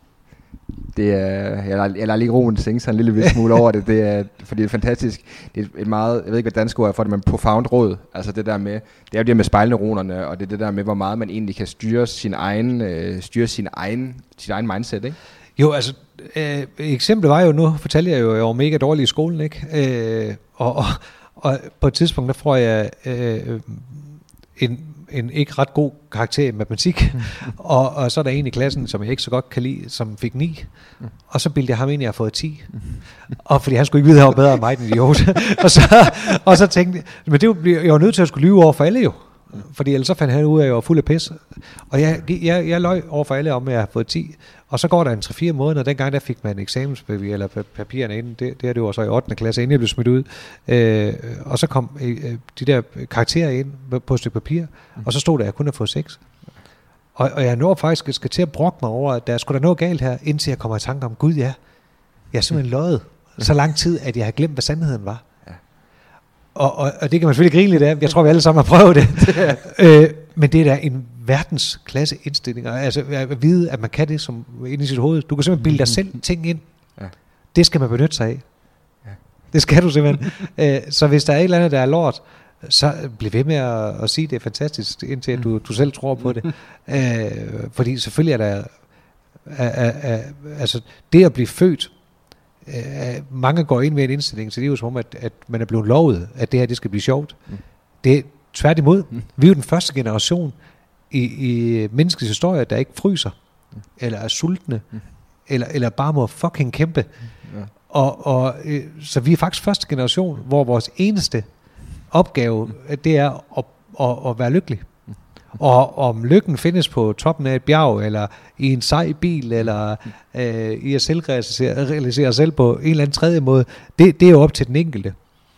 Speaker 1: Det er, jeg, lader, jeg lader lige roen sænke sig en lille smule over det, det er, fordi det er fantastisk. Det er et meget, jeg ved ikke, hvad dansk ord er for det, men profound råd. Altså det der med, det er jo det med spejlneuronerne, og det er det der med, hvor meget man egentlig kan styre sin egen, øh, styre sin egen, sin egen mindset, ikke?
Speaker 2: Jo, altså, øh, eksemplet var jo, nu fortalte jeg jo, jeg var mega dårlig i skolen, ikke? Øh, og, og, og på et tidspunkt, der får jeg øh, en, en ikke ret god karakter i matematik, og, og så er der en i klassen, som jeg ikke så godt kan lide, som fik ni, og så bildte jeg ham ind, at jeg har fået ti, og fordi han skulle ikke vide, at han var bedre end mig, den idiot, og, så, og så tænkte jeg, men det var, jeg var nødt til at skulle lyve over for alle jo, fordi ellers så fandt han ud af, at jeg var fuld af pis, og jeg, jeg, jeg løg over for alle om, at jeg har fået ti, og så går der en tre fire måneder, og dengang der fik man eksamenspapirer, eller papirerne inden, det, det er det jo så i ottende klasse, inden jeg blev smidt ud, øh, og så kom øh, de der karakterer ind på et stykke papir, mm. og så stod der, at jeg kun har fået seks. Og, og jeg når faktisk, skal til at brokke mig over, at der er sgu da noget galt her, indtil jeg kommer i tanke om, gud ja, jeg er simpelthen løjet så lang tid, at jeg har glemt, hvad sandheden var. Ja. Og, og, og det kan man selvfølgelig grine lidt af, jeg tror, vi alle sammen har prøvet det. øh, men det er da en verdensklasse indstilling, altså at vide, at man kan det som inde i sit hoved. Du kan simpelthen bilde dig selv ting ind. Ja. Det skal man benytte sig af. Ja. Det skal du simpelthen. øh, så hvis der er et eller andet, der er lort, så bliv ved med at, at sige, det er fantastisk, indtil at du, du selv tror på det. øh, fordi selvfølgelig er der, er, er, er, altså det at blive født, øh, mange går ind med en indstilling, så det er jo som om, at, at man er blevet lovet, at det her, det skal blive sjovt. Mm. Det er tværtimod. Mm. Vi er jo den første generation i, i menneskets historie, der ikke fryser, mm. eller er sultne, mm. eller, eller bare må fucking kæmpe. Mm. Ja. Og, og øh, så vi er faktisk første generation, hvor vores eneste opgave, det er at, at, at være lykkelig. Mm. Og om lykken findes på toppen af et bjerg, eller i en sej bil, eller øh, i at selvrealisere sig selv på en eller anden tredje måde, det, det er jo op til den enkelte.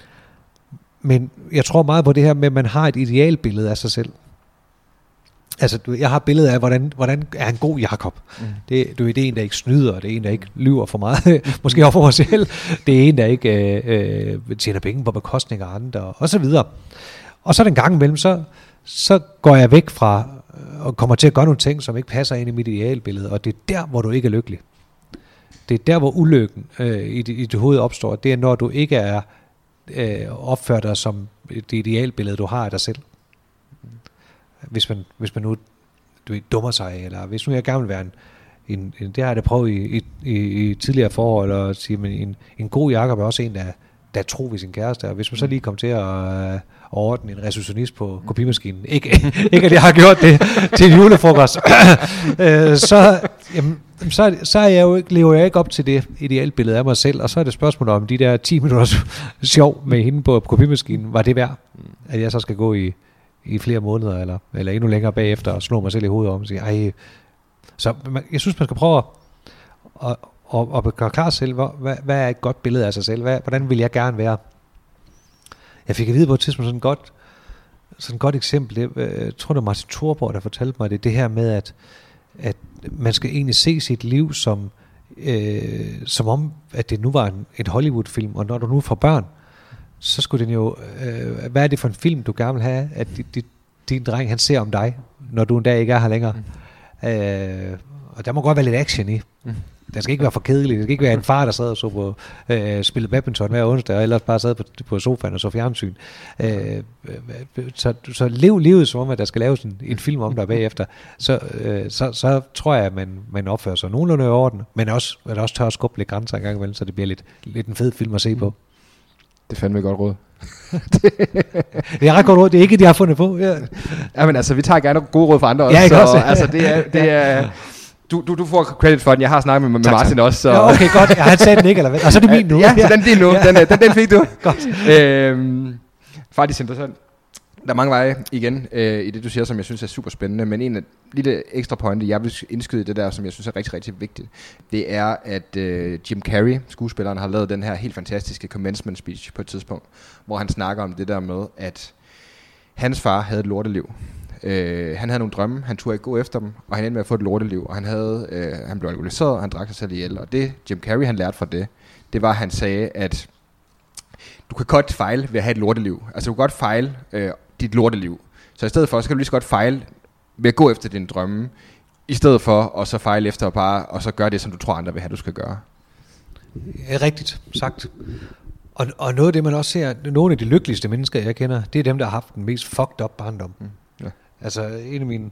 Speaker 2: Men jeg tror meget på det her med, at man har et idealbillede af sig selv. Altså, jeg har et billede af, hvordan, hvordan er en god Jakob. Mm. Det, du, det er en, der ikke snyder, det er en, der ikke lyver for meget, måske også for mig selv. Det er en, der ikke øh, øh, tjener penge på bekostning af andre, og så videre. Og så den gang imellem, så, så går jeg væk fra, og kommer til at gøre nogle ting, som ikke passer ind i mit idealbillede, og det er der, hvor du ikke er lykkelig. Det er der, hvor ulykken øh, i, i dit hoved opstår. Det er, når du ikke er øh, opfører dig som det idealbillede, du har af dig selv. Hvis man, hvis man nu du ved, dummer sig, eller hvis nu jeg gerne vil være en, en, en det har jeg da prøvet i, i, i, i tidligere forhold, at sige, men en, en god Jakob er også en, der, der er tro ved sin kæreste, og hvis man så lige kommer til at øh, ordne en receptionist på kopimaskinen, ikke, ikke at jeg har gjort det til en julefrokost, øh, så, jamen, så, så er jeg jo, lever jeg ikke op til det idealbillede af mig selv, og så er det spørgsmål om de der ti minutters sjov med hende på kopimaskinen, var det værd, at jeg så skal gå i i flere måneder, eller, eller endnu længere bagefter, og slå mig selv i hovedet om og sige, ej. Så man, jeg synes, man skal prøve at, at, at, at gøre klar selv, hvor, hvad, hvad er et godt billede af sig selv? Hvad, hvordan vil jeg gerne være? Jeg fik at vide på et tidspunkt sådan et godt, sådan et godt eksempel. Jeg, jeg tror, det var Martin Thorborg, der fortalte mig det, det her med, at, at man skal egentlig se sit liv som, øh, som om, at det nu var en, et Hollywood-film, og når du nu får børn, så skulle den jo, øh, hvad er det for en film, du gerne vil have, at di, di, din dreng, han ser om dig, når du en dag ikke er her længere. Mm. Øh, og der må godt være lidt action i. Mm. Den skal ikke være for kedelig. Det skal ikke være en far, der sad og så på, øh, spillede badminton hver onsdag, og ellers bare sad på, på sofaen og så fjernsyn. Øh, så, så lev livet som om, at der skal laves en, en film om dig bagefter. Så, øh, så, så tror jeg, at man, man opfører sig nogenlunde i orden, men også, at også tør at skubbe lidt grænser en gang imellem, så det bliver lidt, lidt en fed film at se på.
Speaker 1: Det er fandme et godt råd.
Speaker 2: Det er ret godt råd, det er ikke det, jeg har fundet på. Ja.
Speaker 1: Ja, men altså, vi tager gerne gode råd fra andre også.
Speaker 2: Ja, ikke
Speaker 1: så,
Speaker 2: også?
Speaker 1: Altså, det er, det er, du, du, du får credit for den, jeg har snakket med, med Martin tak. også. Så.
Speaker 2: Ja, okay, godt. Ja, han sagde den ikke, eller hvad? Og så er det min nu.
Speaker 1: Ja, så den er din nu. Den, den, den fik du. Godt. Øhm, faktisk interessant. Der er mange veje igen øh, i det, du siger, som jeg synes er super spændende, men en af lille ekstra pointe, jeg vil indskyde i det der, som jeg synes er rigtig, rigtig vigtigt, det er, at øh, Jim Carrey, skuespilleren, har lavet den her helt fantastiske commencement speech på et tidspunkt, hvor han snakker om det der med, at hans far havde et lorteliv. Øh, han havde nogle drømme, han turde ikke gå efter dem, og han endte med at få et lorteliv, og han, havde, øh, han blev alkoholiseret, og han drak sig selv ihjel, og det Jim Carrey han lærte fra det, det var, at han sagde, at du kan godt fejle ved at have et lorteliv. Altså du kan godt fejle øh, dit lorteliv. Så i stedet for, så kan du lige så godt fejle ved at gå efter dine drømme, i stedet for at så fejle efter og bare, og så gøre det, som du tror andre vil have, du skal gøre.
Speaker 2: Ja, rigtigt sagt. Og, og noget af det, man også ser, nogle af de lykkeligste mennesker, jeg kender, det er dem, der har haft den mest fucked up barndom. Mm. Ja. Altså en af mine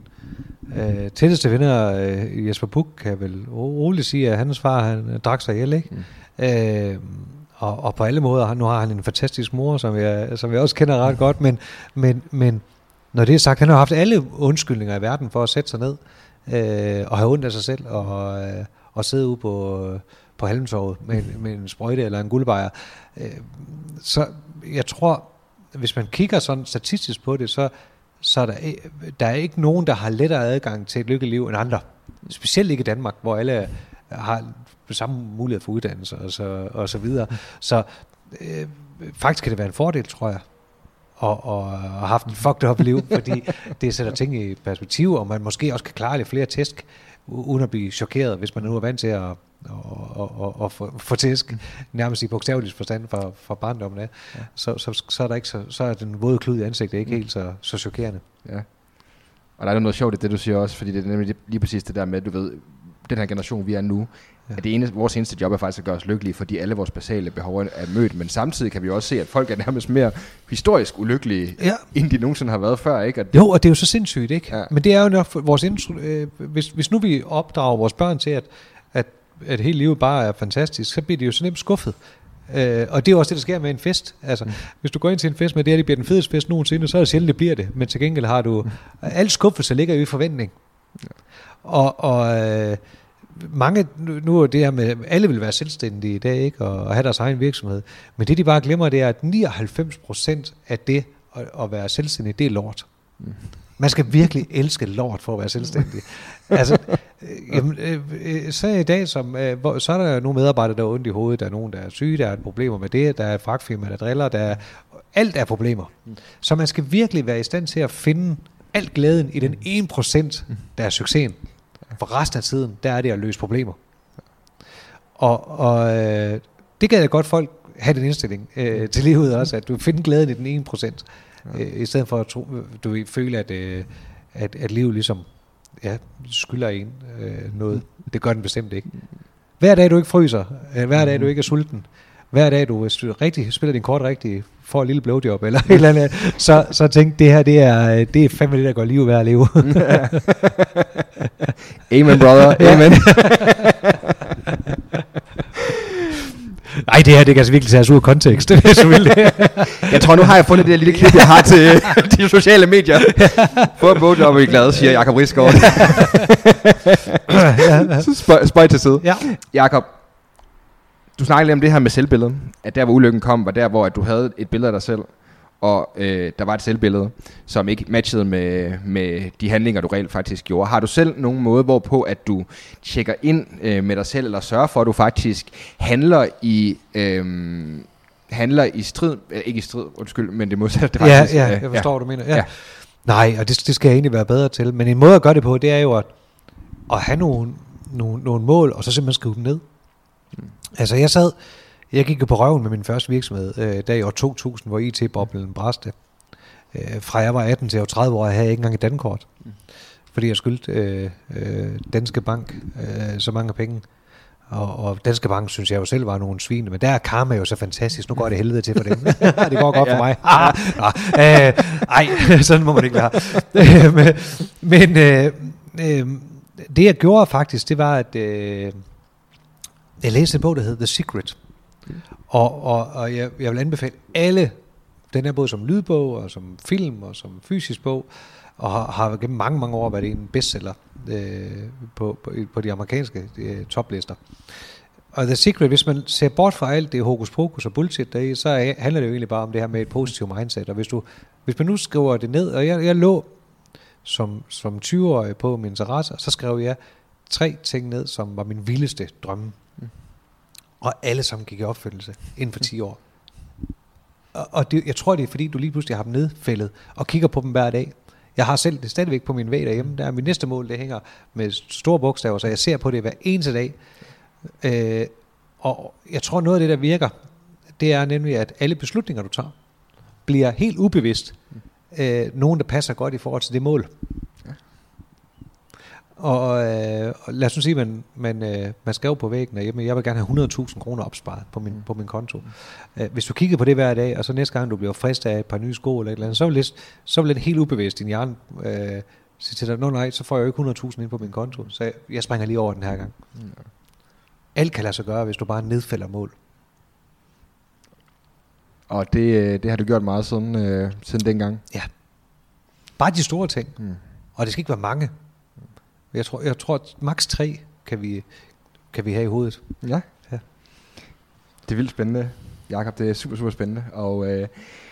Speaker 2: øh, tætteste venner, øh, Jesper Buch, kan vel roligt sige, at hans far, han drak sig ihjel, ikke? Mm. Øh, Og, og på alle måder, nu har han en fantastisk mor, som jeg, som jeg også kender ret godt, men, men, men når det er sagt, han har haft alle undskyldninger i verden for at sætte sig ned øh, og have ondt af sig selv og, øh, og sidde ude på, på Halmtorvet med, med en sprøjte eller en guldbejer. Øh, så jeg tror, hvis man kigger sådan statistisk på det, så, så er der, der er ikke nogen, der har lettere adgang til et lykkeliv end andre. Specielt ikke i Danmark, hvor alle har samme mulighed for uddannelse og så, og så videre. Så øh, faktisk kan det være en fordel, tror jeg, at, at have haft en fucked up liv, fordi det sætter ting i perspektiv, og man måske også kan klare lidt flere tæsk, uden at blive chokeret, hvis man nu er vant til at, at, at, at, at få, få tæsk, nærmest i bogstavelig forstand fra, fra barndommen af. Ja. Så, så, så, er der ikke så, så er den våde klud i ansigtet ikke helt så, så chokerende.
Speaker 1: Ja. Og der er noget sjovt i det, du siger også, fordi det er nemlig lige præcis det der med, du ved, den her generation, vi er nu, ja. At det ene, vores eneste job er faktisk at gøre os lykkelige, fordi alle vores basale behov er mødt, men samtidig kan vi også se, at folk er nærmest mere historisk ulykkelige, ja. End de nogensinde har været før, ikke? At
Speaker 2: jo, og det er jo så sindssygt, ikke? Ja. Men det er jo nok vores indtryk, øh, hvis, hvis nu vi opdrager vores børn til, at, at, at hele livet bare er fantastisk, så bliver de jo så nemt skuffet. Øh, og det er også det, der sker med en fest. Altså, mm. hvis du går ind til en fest med det, at det bliver den fedeste fest nogensinde, så er det sjældent, det bliver det. Men til gengæld har du, al skuffelse ligger jo i forventning. Ja. Og, og øh, mange, nu er det her med, alle vil være selvstændige i dag, ikke? Og, og have deres egen virksomhed. Men det, de bare glemmer, det er, at nioghalvfems procent af det at, at være selvstændig, det er lort. Mm. Man skal virkelig elske lort for at være selvstændig. altså, øh, jamen, øh, så i dag, som, øh, hvor, så er der nogle medarbejdere, der er ondt i hovedet, der er nogen, der er syge, der er problemer med det, der er fragtfirma, der driller, der er, alt er problemer. Mm. Så man skal virkelig være i stand til at finde alt glæden i den ene procent, der er succesen. For resten af tiden, der er det at løse problemer. Og, og øh, det kan da godt folk have den indstilling øh, til livet også, at du finder glæden i den ene procent, øh, i stedet for at tro, du føler, at, øh, at, at livet ligesom ja, skylder en øh, noget. Det gør den bestemt ikke. Hver dag du ikke fryser, hver dag du ikke er sulten, hver dag du, hvis du rigtig, spiller din kort rigtigt, får et lille blowjob eller et eller andet, så, så tænk, det her, det er, det er fandme det, der går livet værd at leve.
Speaker 1: Amen, brother. Amen.
Speaker 2: Nej, det her, det kan altså virkelig tages ud af kontekst.
Speaker 1: Jeg tror, nu har jeg fundet det lille klip, jeg har til de sociale medier. Få en blowjob, og I er glade, siger Jacob Risgaard. Så spøj, spøj til side. Ja. Jacob, du snakkede lidt om det her med selvbilledet, at der hvor ulykken kom, var der hvor at du havde et billede af dig selv, og øh, der var et selvbillede, som ikke matchede med, med de handlinger, du reelt faktisk gjorde. Har du selv nogen måde, hvorpå at du tjekker ind øh, med dig selv, eller sørger for, at du faktisk handler i, øh, handler i strid, øh, ikke i strid, undskyld, men det modsatte.
Speaker 2: Ja, faktisk, ja, jeg forstår, ja. Hvad du mener. Ja. Ja. Nej, og det, det skal jeg egentlig være bedre til, men en måde at gøre det på, det er jo at, at have nogle, nogle, nogle mål, og så simpelthen skrive dem ned. Mm. Altså jeg sad, jeg gik jo på røven med min første virksomhed, øh, der i år to tusind, hvor I T-boblen bræste. Øh, fra jeg var atten til jeg var tredive år, jeg havde ikke engang et dankort. Mm. Fordi jeg skyldte øh, øh, Danske Bank øh, så mange penge. Og, og Danske Bank synes jeg jo selv var nogle svine, men der er karma jo så fantastisk. Nu går det helvede til for dem. Det går godt for mig. Ah, ah, øh, ej, sådan må man ikke være. men men øh, øh, det jeg gjorde faktisk, det var, at øh, jeg læste en bog, der hed The Secret. Mm. Og, og, og jeg, jeg vil anbefale alle, den er både som lydbog, og som film, og som fysisk bog, og har, har gennem mange, mange år været en bestseller øh, på, på, på de amerikanske øh, toplister. og The Secret, hvis man ser bort fra alt det hokus pokus og bullshit deri, så er, handler det jo egentlig bare om det her med et positivt mindset. Og hvis, du, hvis man nu skriver det ned, og jeg, jeg lå som, som tyve-årig på min terrasse, og så skrev jeg tre ting ned, som var min vildeste drømme. Mm. Og alle sammen gik i opfyldelse inden for ti år. Og, og det, jeg tror, det er fordi, du lige pludselig har dem nedfældet og kigger på dem hver dag. Jeg har selv det stadigvæk på min væg derhjemme. Der er mit næste mål, det hænger med store bogstaver, så jeg ser på det hver eneste dag. Øh, og jeg tror, noget af det, der virker, det er nemlig, at alle beslutninger, du tager, bliver helt ubevidst øh, nogen, der passer godt i forhold til det mål. Ja. Og, øh, og lad os nu sige, man, man, øh, man skrev på væggen derhjemme, jeg vil gerne have hundrede tusind kroner opsparet på min, på min konto. Mm. Øh, hvis du kigger på det hver dag, og så næste gang, du bliver fristet af et par nye sko, eller et eller andet, så vil det, så vil det helt ubevidst din hjerne øh, sige til dig, nå nej, så får jeg jo ikke hundrede tusind ind på min konto, så jeg, jeg springer lige over den her gang. Mm. Alt kan lade sig gøre, hvis du bare nedfælder mål.
Speaker 1: Og det, det har du gjort meget siden, øh, siden dengang?
Speaker 2: Ja. Bare de store ting. Mm. Og det skal ikke være mange. Jeg tror, jeg tror at maks tre kan vi, kan vi have i hovedet.
Speaker 1: Ja. ja. Det er vildt spændende, Jakob. Det er super, super spændende. Og øh,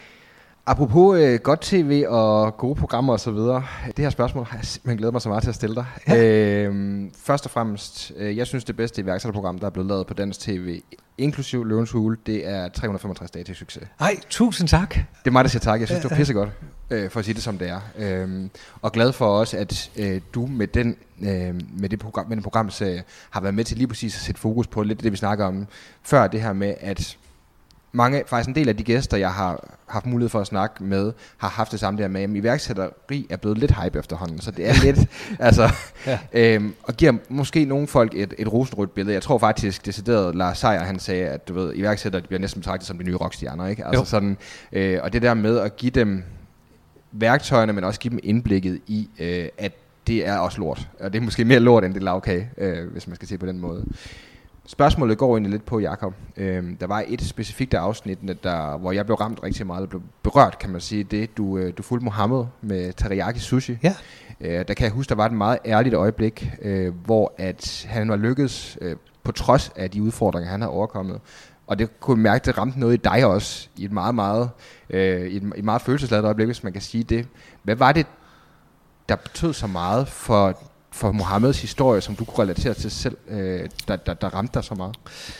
Speaker 1: apropos øh, godt tv og gode programmer og så videre. Det her spørgsmål har jeg simpelthen glædet mig så meget til at stille dig. Ja. Øh, først og fremmest, øh, jeg synes det bedste iværksætterprogram, der er blevet lavet på dansk tv, inklusiv Løvens Hule, det er tre hundrede og femogtres dage til succes.
Speaker 2: Ej, tusind tak.
Speaker 1: Det er mig, der siger tak. Jeg synes, det var pissegodt, øh, for at sige det som det er. Øh, og glad for også, at øh, du med den øh, med det program, med den programserie har været med til lige præcis at sætte fokus på lidt det, vi snakker om før, det her med, at mange, faktisk en del af de gæster, jeg har haft mulighed for at snakke med, har haft det samme der med, at iværksætteri er blevet lidt hype efterhånden, så det er lidt, altså, ja. øhm, og giver måske nogle folk et, et rosenrødt billede. Jeg tror faktisk, decideret Lars Seier, han sagde, at du ved, iværksættere, de bliver næsten betragtet som de nye rockstjerner, ikke? Altså sådan, øh, og det der med at give dem værktøjerne, men også give dem indblikket i, øh, at det er også lort, og det er måske mere lort, end det lavkage, øh, hvis man skal se på den måde. Spørgsmålet går egentlig lidt på, Jakob. Øhm, der var et specifikt afsnit, der, hvor jeg blev ramt rigtig meget, og blev berørt, kan man sige, det du, øh, du fulgte Mohammed med teriyaki sushi.
Speaker 2: Ja.
Speaker 1: Øh, der kan jeg huske, der var et meget ærligt øjeblik, øh, hvor at han var lykkedes, øh, på trods af de udfordringer, han havde overkommet. Og det kunne mærke, det ramte noget i dig også, i et meget, meget, øh, i et, et meget følelsesladet øjeblik, hvis man kan sige det. Hvad var det, der betød så meget for for Mohammeds historie, som du kunne relatere til selv, øh, der, der, der ramte dig så meget?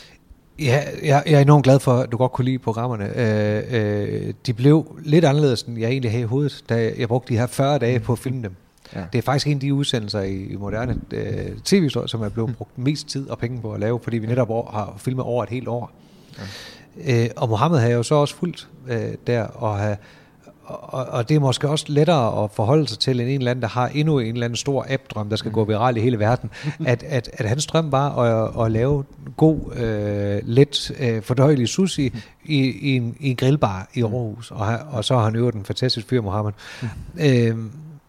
Speaker 2: Ja, jeg, jeg er enormt glad for, at du godt kunne lide programmerne. Øh, øh, de blev lidt anderledes, end jeg egentlig havde i hovedet, da jeg brugte de her fyrre dage på at filme dem. Ja. Det er faktisk en af de udsendelser i, i moderne øh, tv-historie, som er blevet brugt mest tid og penge på at lave, fordi vi netop år, har filmet over et helt år. Ja. Øh, og Mohammed har jo så også fulgt øh, der, og have Og, og det er måske også lettere at forholde sig til end en eller anden, der har endnu en eller anden stor app-drøm, der skal mm. gå viral i hele verden. At, at, at hans drøm var at, at lave god, øh, let, øh, fordøjelig sushi mm. i, i, en, i en grillbar i Aarhus. Og, og så har han øvet en fantastisk fyr, Mohammed. Mm. Øh,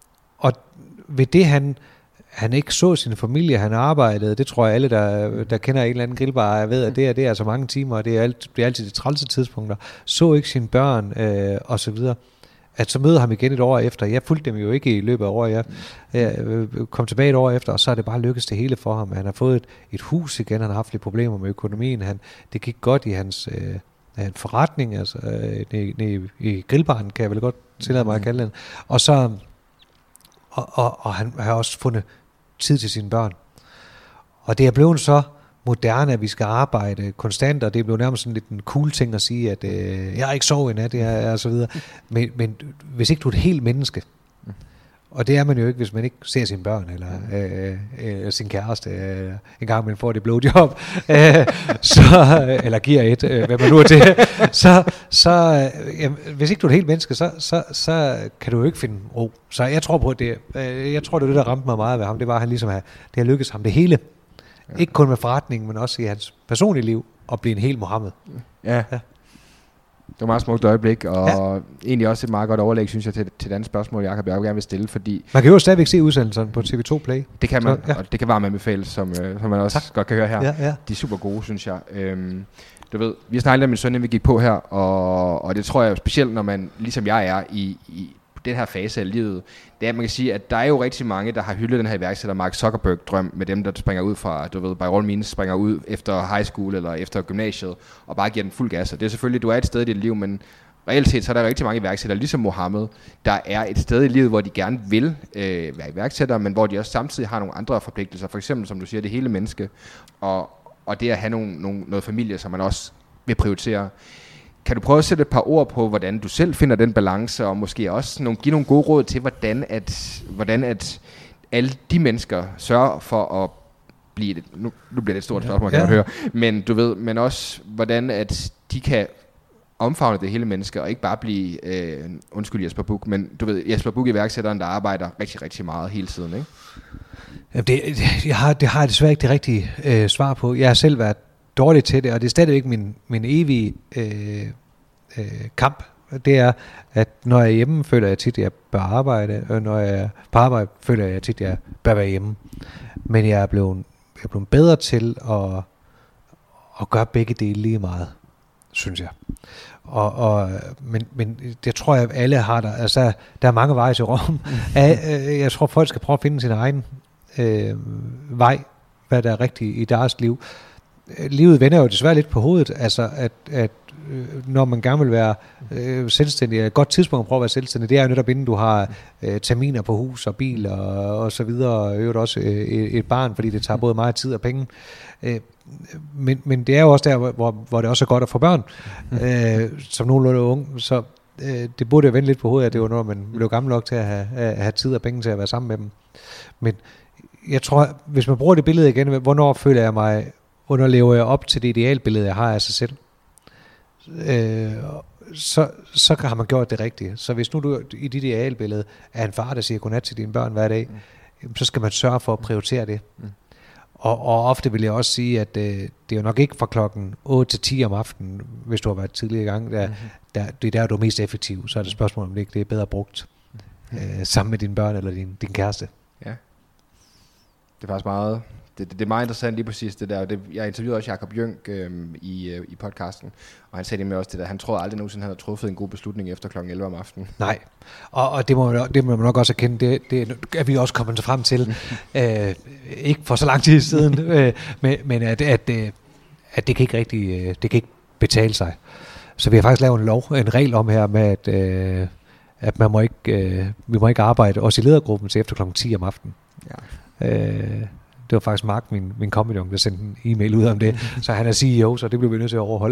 Speaker 2: og ved det, han, han ikke så sin familie, han arbejdede, det tror jeg alle, der, der kender en eller anden grillbar, ved, at det er, det er altså mange timer, og det er, alt, det er altid de trælse tidspunkter. Så ikke sine børn, øh, og så videre. At så møder ham igen et år efter. Jeg fulgte dem jo ikke i løbet af året. Jeg, jeg kom tilbage et år efter, og så er det bare lykkedes det hele for ham. Han har fået et, et hus igen, han har haft lidt problemer med økonomien. Han, det gik godt i hans øh, forretning, altså øh, i, i, i grillbaren, kan jeg vel godt tillade mig at kalde den. Og så og, og, og han har også fundet tid til sine børn. Og det er blevet så moderne, at vi skal arbejde konstant, og det er blevet nærmest sådan lidt en cool ting at sige, at øh, jeg er ikke sovet i nat, jeg er, og så videre. Men, men hvis ikke du er et helt menneske, og det er man jo ikke, hvis man ikke ser sine børn, eller øh, øh, sin kæreste, øh, en gang man får det blowjob, øh, så, eller giver et, øh, hvad man nu er til, så, så øh, jamen, hvis ikke du er et helt menneske, så, så, så kan du jo ikke finde ro. Så jeg tror på, at det, øh, jeg tror, det er det, der ramte mig meget ved ham, det var, at han ligesom har, det har lykkedes ham det hele. Ja. Ikke kun med forretningen, men også i hans personlige liv, at blive en hel Mohammed.
Speaker 1: Ja. ja. Det var et meget smukt øjeblik, og ja. egentlig også et meget godt overlæg, synes jeg, til, til et andet spørgsmål, Jakob, jeg gerne vil stille, fordi...
Speaker 2: Man kan jo stadigvæk se udsendelserne på T V to Play.
Speaker 1: Det kan man, så, ja. og det kan varme anbefale, som, øh, som man også tak. godt kan høre her.
Speaker 2: Ja, ja.
Speaker 1: De er super gode, synes jeg. Øhm, du ved, vi har snakket om min søn, inden vi gik på her, og, og det tror jeg specielt, når man, ligesom jeg er, i, i den her fase af livet, det er, at man kan sige, at der er jo rigtig mange, der har hyldet den her iværksætter Mark Zuckerberg-drøm med dem, der springer ud fra, du ved, by all means, springer ud efter high school eller efter gymnasiet, og bare giver den fuld gas. Og det er selvfølgelig, du er et sted i dit liv, men reelt set, så er der rigtig mange iværksættere, ligesom Mohammed, der er et sted i livet, hvor de gerne vil øh, være iværksættere, men hvor de også samtidig har nogle andre forpligtelser. For eksempel, som du siger, det hele menneske, og, og det at have nogle, nogle, noget familie, som man også vil prioritere. Kan du prøve at sætte et par ord på, hvordan du selv finder den balance, og måske også nogle, give nogle gode råd til, hvordan at, hvordan at alle de mennesker sørger for at blive det. Nu, nu bliver det et stort spørgsmål, kan ja. man høre. Men du ved, men også hvordan at de kan omfavne det hele menneske, og ikke bare blive, øh, undskyld Jesper Buch, men du ved, Jesper Buch iværksætteren, der arbejder rigtig, rigtig meget hele tiden, ikke?
Speaker 2: Jamen det, jeg har, det har jeg desværre ikke det rigtige øh, svar på. Jeg har selv været dårlig til det, og det er stadigvæk min, min evige øh, øh, kamp. Det er, at når jeg er hjemme, føler jeg tit, at jeg bør arbejde, og når jeg er på arbejde, føler jeg tit, at jeg bør være hjemme. Men jeg er blevet, jeg er blevet bedre til at, at gøre begge dele lige meget, synes jeg. Og, og, men, men det tror jeg, alle har der. Altså, der er mange veje til Rom. Jeg tror, folk skal prøve at finde sin egen øh, vej, hvad der er rigtigt i deres liv. Livet vender jo desværre lidt på hovedet, altså at, at øh, når man gerne vil være øh, selvstændig, et godt tidspunkt at prøve at være selvstændig, det er jo netop inden du har øh, terminer på hus og bil og, og så videre, og øvrigt også øh, et barn, fordi det tager både meget tid og penge. Øh, men, men det er jo også der, hvor, hvor det også er godt at få børn, øh, som nogenlunde ung, så øh, det burde jo vende lidt på hovedet, at det var når man blev gammel nok til at have, at have tid og penge til at være sammen med dem. Men jeg tror, hvis man bruger det billede igen, hvornår føler jeg mig, hvornår lever jeg op til det idealbillede, jeg har af sig selv, øh, så, så har man gjort det rigtige. Så hvis nu du i dit idealbillede er en far, der siger godnat til dine børn hver dag, mm. så skal man sørge for at prioritere det. Mm. Og, og ofte vil jeg også sige, at øh, det er jo nok ikke fra klokken otte til ti om aftenen, hvis du har været tidligere i gang, der, mm-hmm. der, det er der, du er mest effektiv. Så er det spørgsmål, om det ikke det er bedre brugt mm. øh, sammen med dine børn eller din, din kæreste.
Speaker 1: Ja, det er faktisk meget... Det, det, det er meget interessant lige præcis det der. Det, jeg interviewede også Jakob Jønk øhm, i, øh, i podcasten, og han sagde nemlig også det der. Han troede aldrig nogensinde, han havde truffet en god beslutning efter klokken elleve om aftenen.
Speaker 2: Nej, og, og det, må, det må man nok også erkende. Det, det er vi også kommet frem til. øh, ikke for så lang tid siden, øh, men, men at, at, at, at det kan ikke rigtig, det kan ikke betale sig. Så vi har faktisk lavet en lov, en regel om her med, at, øh, at man må ikke, øh, vi må ikke arbejde også i ledergruppen til efter klokken ti om aftenen. Ja. Øh, Det var faktisk Mark, min, min kompagnon, der sendte en e-mail ud om det. Så han er C E O, så det blev vi nødt til at overholde.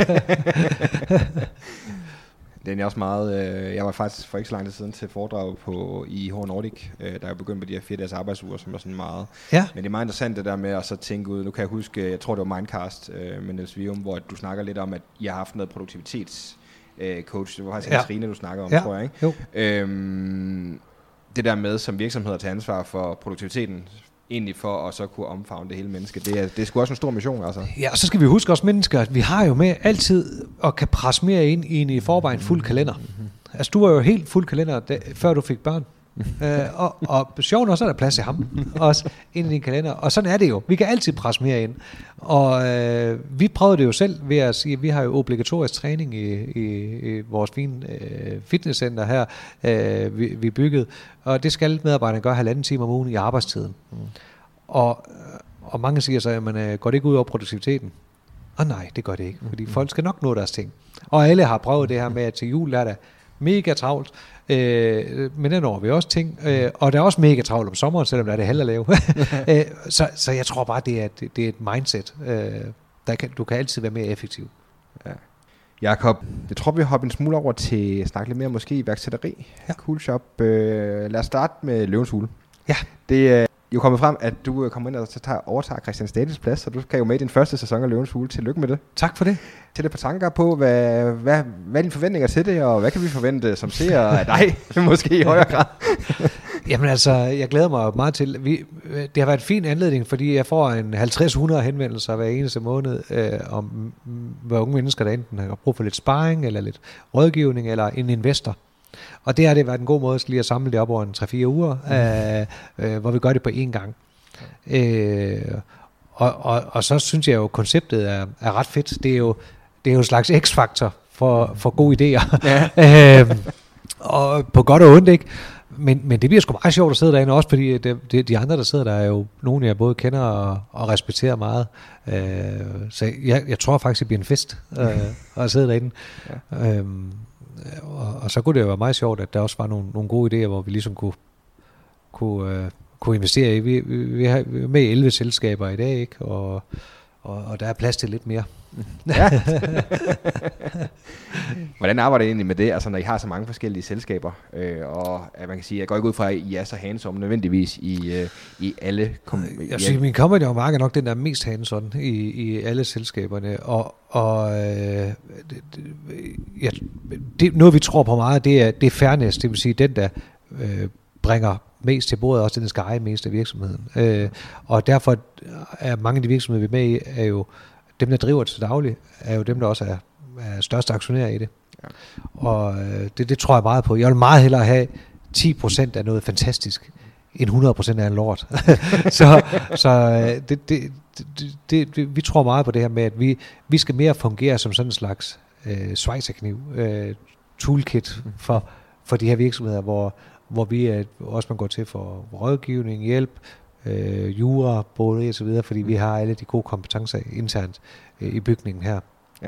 Speaker 1: Det er også meget... Øh, jeg var faktisk for ikke så lang tid siden til foredrag på i H Nordic, øh, der er begyndt med de her fire dages arbejdsuger, som er sådan meget...
Speaker 2: Ja.
Speaker 1: Men det er meget interessant det der med at så tænke ud. Nu kan jeg huske, jeg tror det var Mindcast øh, med Niels Vium, hvor du snakker lidt om, at I har haft noget produktivitets øh, coach. Det var faktisk ja. Trine, du snakker om,
Speaker 2: ja.
Speaker 1: tror jeg, ikke? Jo. Øhm, det der med som virksomheder til ansvar for produktiviteten, egentlig for at så kunne omfavne det hele menneske. Det er, det er sgu også en stor mission, altså. Ja, og
Speaker 2: så skal vi huske også mennesker, at vi har jo med altid at kan presse mere ind i en i forvejen fuld kalender. Mm-hmm. Altså, du var jo helt fuld kalender, da, før du fik børn. uh, og, og sjovt også er der plads til ham også ind i din kalender. Og sådan er det jo. Vi kan altid presse mere ind. Og uh, vi prøvede det jo selv ved at sige, at vi har jo obligatorisk træning i, i, i vores fine uh, fitnesscenter her, uh, vi, vi byggede. Og det skal medarbejderne gøre halvanden time om ugen i arbejdstiden. Mm. Og, og mange siger så, at man går det ikke ud over produktiviteten? Og nej, det gør det ikke, fordi folk skal nok nå deres ting. Og alle har prøvet det her med, at til jul er der mega travlt, øh, men der når vi også ting, øh, og der er også mega travlt om sommeren, selvom der er det held at lave. øh, så, så jeg tror bare, det er, det, det er et mindset. Øh, der kan, du kan altid være mere effektiv.
Speaker 1: Ja. Jakob, jeg tror, vi hopper en smule over til at snakke lidt mere måske iværksætteri. Ja. Cool Shop. Øh, lad os starte med Løvens Hule.
Speaker 2: Ja.
Speaker 1: Det er jo kommet frem, at du kommer ind og så tager, overtager Christian Stadils plads, så du skal jo med i din første sæson af Løvens Hule. Tillykke med det.
Speaker 2: Tak for det.
Speaker 1: Til det på tanker på, hvad, hvad, hvad er dine forventninger til det, og hvad kan vi forvente som ser af dig, måske i højere grad?
Speaker 2: Jamen altså, jeg glæder mig meget til. Vi, det har været en fin anledning, fordi jeg får en halvtreds hundrede henvendelser hver eneste måned øh, om, hvor unge mennesker, der enten har brug for lidt sparring, eller lidt rådgivning, eller en investor. Og det har det været en god måde lige at samle det op over en tre fire uger, mm. øh, øh, hvor vi gør det på én gang. Øh, og, og, og så synes jeg jo, konceptet er, er ret fedt. Det er jo, det er jo en slags x-faktor for, for gode idéer. Ja. øh, Og på godt og ondt, ikke? Men, men det bliver sgu meget sjovt at sidde derinde, også fordi de, de, de andre, der sidder der, er jo nogle, jeg både kender og, og respekterer meget. Øh, så jeg, jeg tror faktisk, det bliver en fest øh, at sidde derinde. Ja. Øhm, og, og så kunne det jo være meget sjovt, at der også var nogle, nogle gode idéer, hvor vi ligesom kunne, kunne, øh, kunne investere i. Vi, vi, vi er med i elleve selskaber i dag, ikke? Og, og, og der er plads til lidt mere. Ja.
Speaker 1: Hvordan arbejder I egentlig med det, altså når I har så mange forskellige selskaber, øh, og at man kan sige, jeg går ikke ud fra, at I er så hands-on nødvendigvis i, øh, i alle... Kom-
Speaker 2: jeg synes, min company og mark er nok den, der er mest hands-on i, i alle selskaberne, og, og øh, det, ja, det, noget vi tror på meget, det er, det er fairness, det vil sige den, der øh, bringer mest til bordet, også den, der skal eje mest af virksomheden. Øh, og derfor er mange af de virksomheder, vi er med i, er jo dem, der driver det til daglig, er jo dem, der også er, er største aktionærer i det. Ja. Og øh, det, det tror jeg meget på. Jeg vil meget hellere have ti procent af noget fantastisk, end hundrede procent af en lort. så så øh, det, det, det, det, det, vi tror meget på det her med, at vi, vi skal mere fungere som sådan en slags øh, svejserkniv, øh, toolkit for, for de her virksomheder, hvor, hvor vi øh, også man går til for rådgivning, hjælp, Øh, jura, både og så videre, fordi vi har alle de gode kompetencer internt øh, i bygningen her. Ja.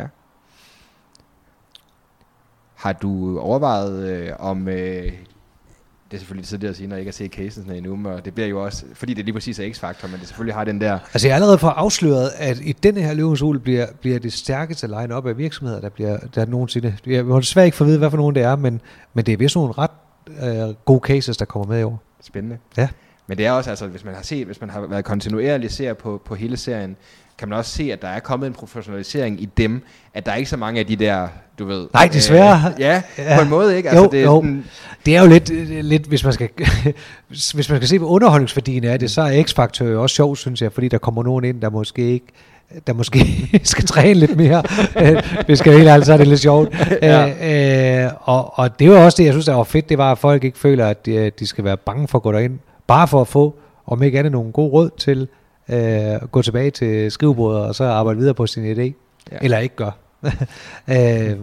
Speaker 1: Har du overvejet øh, om øh, det er selvfølgelig tidligere at sige, når jeg ikke har set casen endnu, og det bliver jo også, fordi det lige præcis er X-faktor, men det selvfølgelig har den der...
Speaker 2: Altså jeg er allerede for afsløret, at i denne her Løvens Hule bliver, bliver det stærkeste line-up af virksomheder, der bliver der nogensinde... Jeg må desværre ikke få at vide, hvad for nogen det er, men, men det er vist nogle ret øh, gode cases, der kommer med i år.
Speaker 1: Spændende.
Speaker 2: Ja.
Speaker 1: Men det er også, altså, hvis man har set, hvis man har været kontinuerlig ser på, på hele serien, kan man også se, at der er kommet en professionalisering i dem, at der er ikke så mange af de der, du ved...
Speaker 2: Nej, desværre.
Speaker 1: Øh, ja, ja, på en måde, ikke?
Speaker 2: Altså, jo,
Speaker 1: det, er
Speaker 2: jo.
Speaker 1: Sådan,
Speaker 2: det er jo lidt, lidt hvis man skal hvis man skal se på underholdningsværdien af det, så er X-Factor jo også sjov, synes jeg, fordi der kommer nogen ind, der måske ikke der måske skal træne lidt mere. Hvis skal helt ærligt, så er det lidt sjovt. Ja. Øh, øh, og, og det var også det, jeg synes, der var fedt, det var, at folk ikke føler, at de, de skal være bange for at gå derind. Bare for at få, om ikke andet, nogle gode råd til at øh, gå tilbage til skrivebordet og så arbejde videre på sin idé. Ja. Eller ikke gør. øh,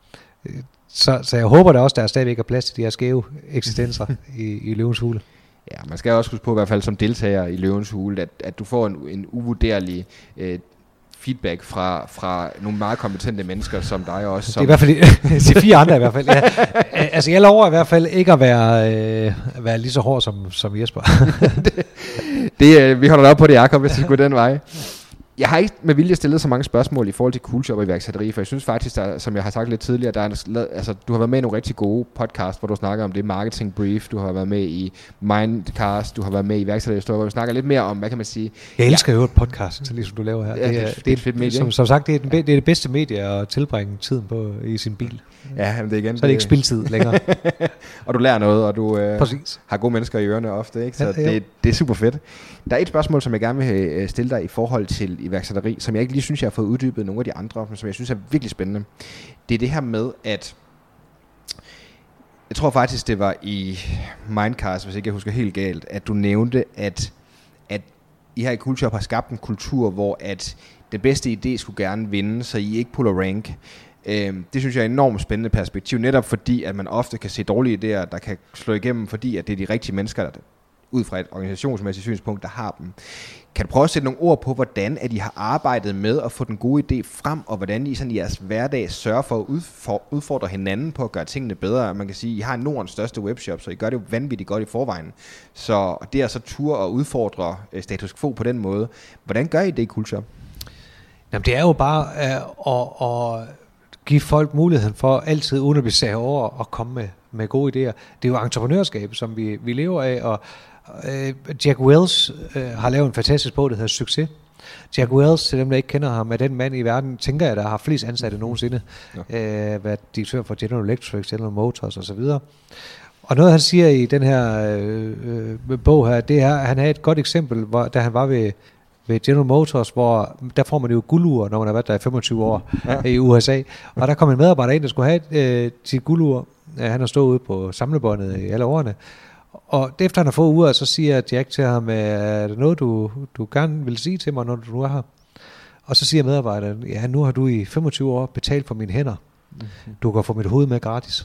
Speaker 2: så, så jeg håber da også, der er stadigvæk er plads til de her skæve eksistenser i, i Løvens Hule.
Speaker 1: Ja, man skal også huske på, i hvert fald som deltager i Løvens Hule, at, at du får en, en uvurderlig øh, feedback fra, fra nogle meget kompetente mennesker som dig også. Som
Speaker 2: det er i hvert fald de fire andre i hvert fald. Ja. Altså jeg lover i hvert fald ikke at være, øh, være lige så hård som, som Jesper.
Speaker 1: det, det, øh, vi holder op på det, Jacob, hvis det går den vej. Jeg har ikke med vilje stillet så mange spørgsmål i forhold til Coolshop og iværksætteri, for jeg synes faktisk, der, som jeg har sagt lidt tidligere, der er, altså, du har været med i nogle rigtig gode podcast, hvor du snakker om det Marketing Brief, du har været med i Mindcast, du har været med i iværksætterhistorie, hvor vi snakker lidt mere om, hvad kan man sige...
Speaker 2: Jeg elsker jo et podcast, så ligesom du laver her.
Speaker 1: Ja, det, er, det, det er et fedt medie.
Speaker 2: Som, som sagt, det er, den, det er det bedste medie at tilbringe tiden på i sin bil.
Speaker 1: Ja, men det er igen...
Speaker 2: Så er det ikke spildtid længere.
Speaker 1: Og du lærer noget, og du øh,
Speaker 2: Præcis.
Speaker 1: har gode mennesker i ørerne ofte, ikke? Så
Speaker 2: ja, ja.
Speaker 1: det, det er super fedt. Der er et spørgsmål, som jeg gerne vil stille dig i forhold til iværksætteri, som jeg ikke lige synes, jeg har fået uddybet nogle af de andre, men som jeg synes er virkelig spændende. Det er det her med, at jeg tror faktisk, det var i Mindcast, hvis ikke jeg husker helt galt, at du nævnte, at, at I her i Coolshop har skabt en kultur, hvor at det bedste idé skulle gerne vinde, så I ikke puller rank. Øhm, det synes jeg er et enormt spændende perspektiv, netop fordi, at man ofte kan se dårlige idéer, der kan slå igennem, fordi at det er de rigtige mennesker, der ud fra et organisationsmæssigt synspunkt, der har dem. Kan du prøve at sætte nogle ord på, hvordan at I har arbejdet med at få den gode idé frem, og hvordan I sådan i jeres hverdag sørger for at udfordre hinanden på at gøre tingene bedre? Man kan sige, at I har Nordens største webshop, så I gør det jo vanvittigt godt i forvejen. Så det er så tur og udfordre status quo på den måde. Hvordan gør I det i Coolshop?
Speaker 2: Jamen det er jo bare uh, at, at give folk muligheden for altid, uden at blive saget over, at komme med, med gode idéer. Det er jo entreprenørskab, som vi, vi lever af, og uh, Jack Welch uh, har lavet en fantastisk bog, der hedder Succes. Jack Welch, til dem der ikke kender ham, er den mand i verden, tænker jeg, der har flest ansatte nogensinde. Ja. Uh, været direktør for General Electric, General Motors og så videre. Og noget han siger i den her øh, øh, bog her, det er, at han havde et godt eksempel, hvor, da han var ved ved General Motors, hvor der får man jo guldur, når man har været der i femogtyve år ja. i U S A. Og der kom en medarbejder ind, der skulle have øh, sit guldur. Han har stået ude på samlebåndet i alle årene. Og efter han har fået uger, så siger Jack til ham, er det noget, du, du gerne vil sige til mig, når du nu er her? Og så siger medarbejderen, ja, nu har du i femogtyve år betalt for mine hænder. Du kan få mit hoved med gratis.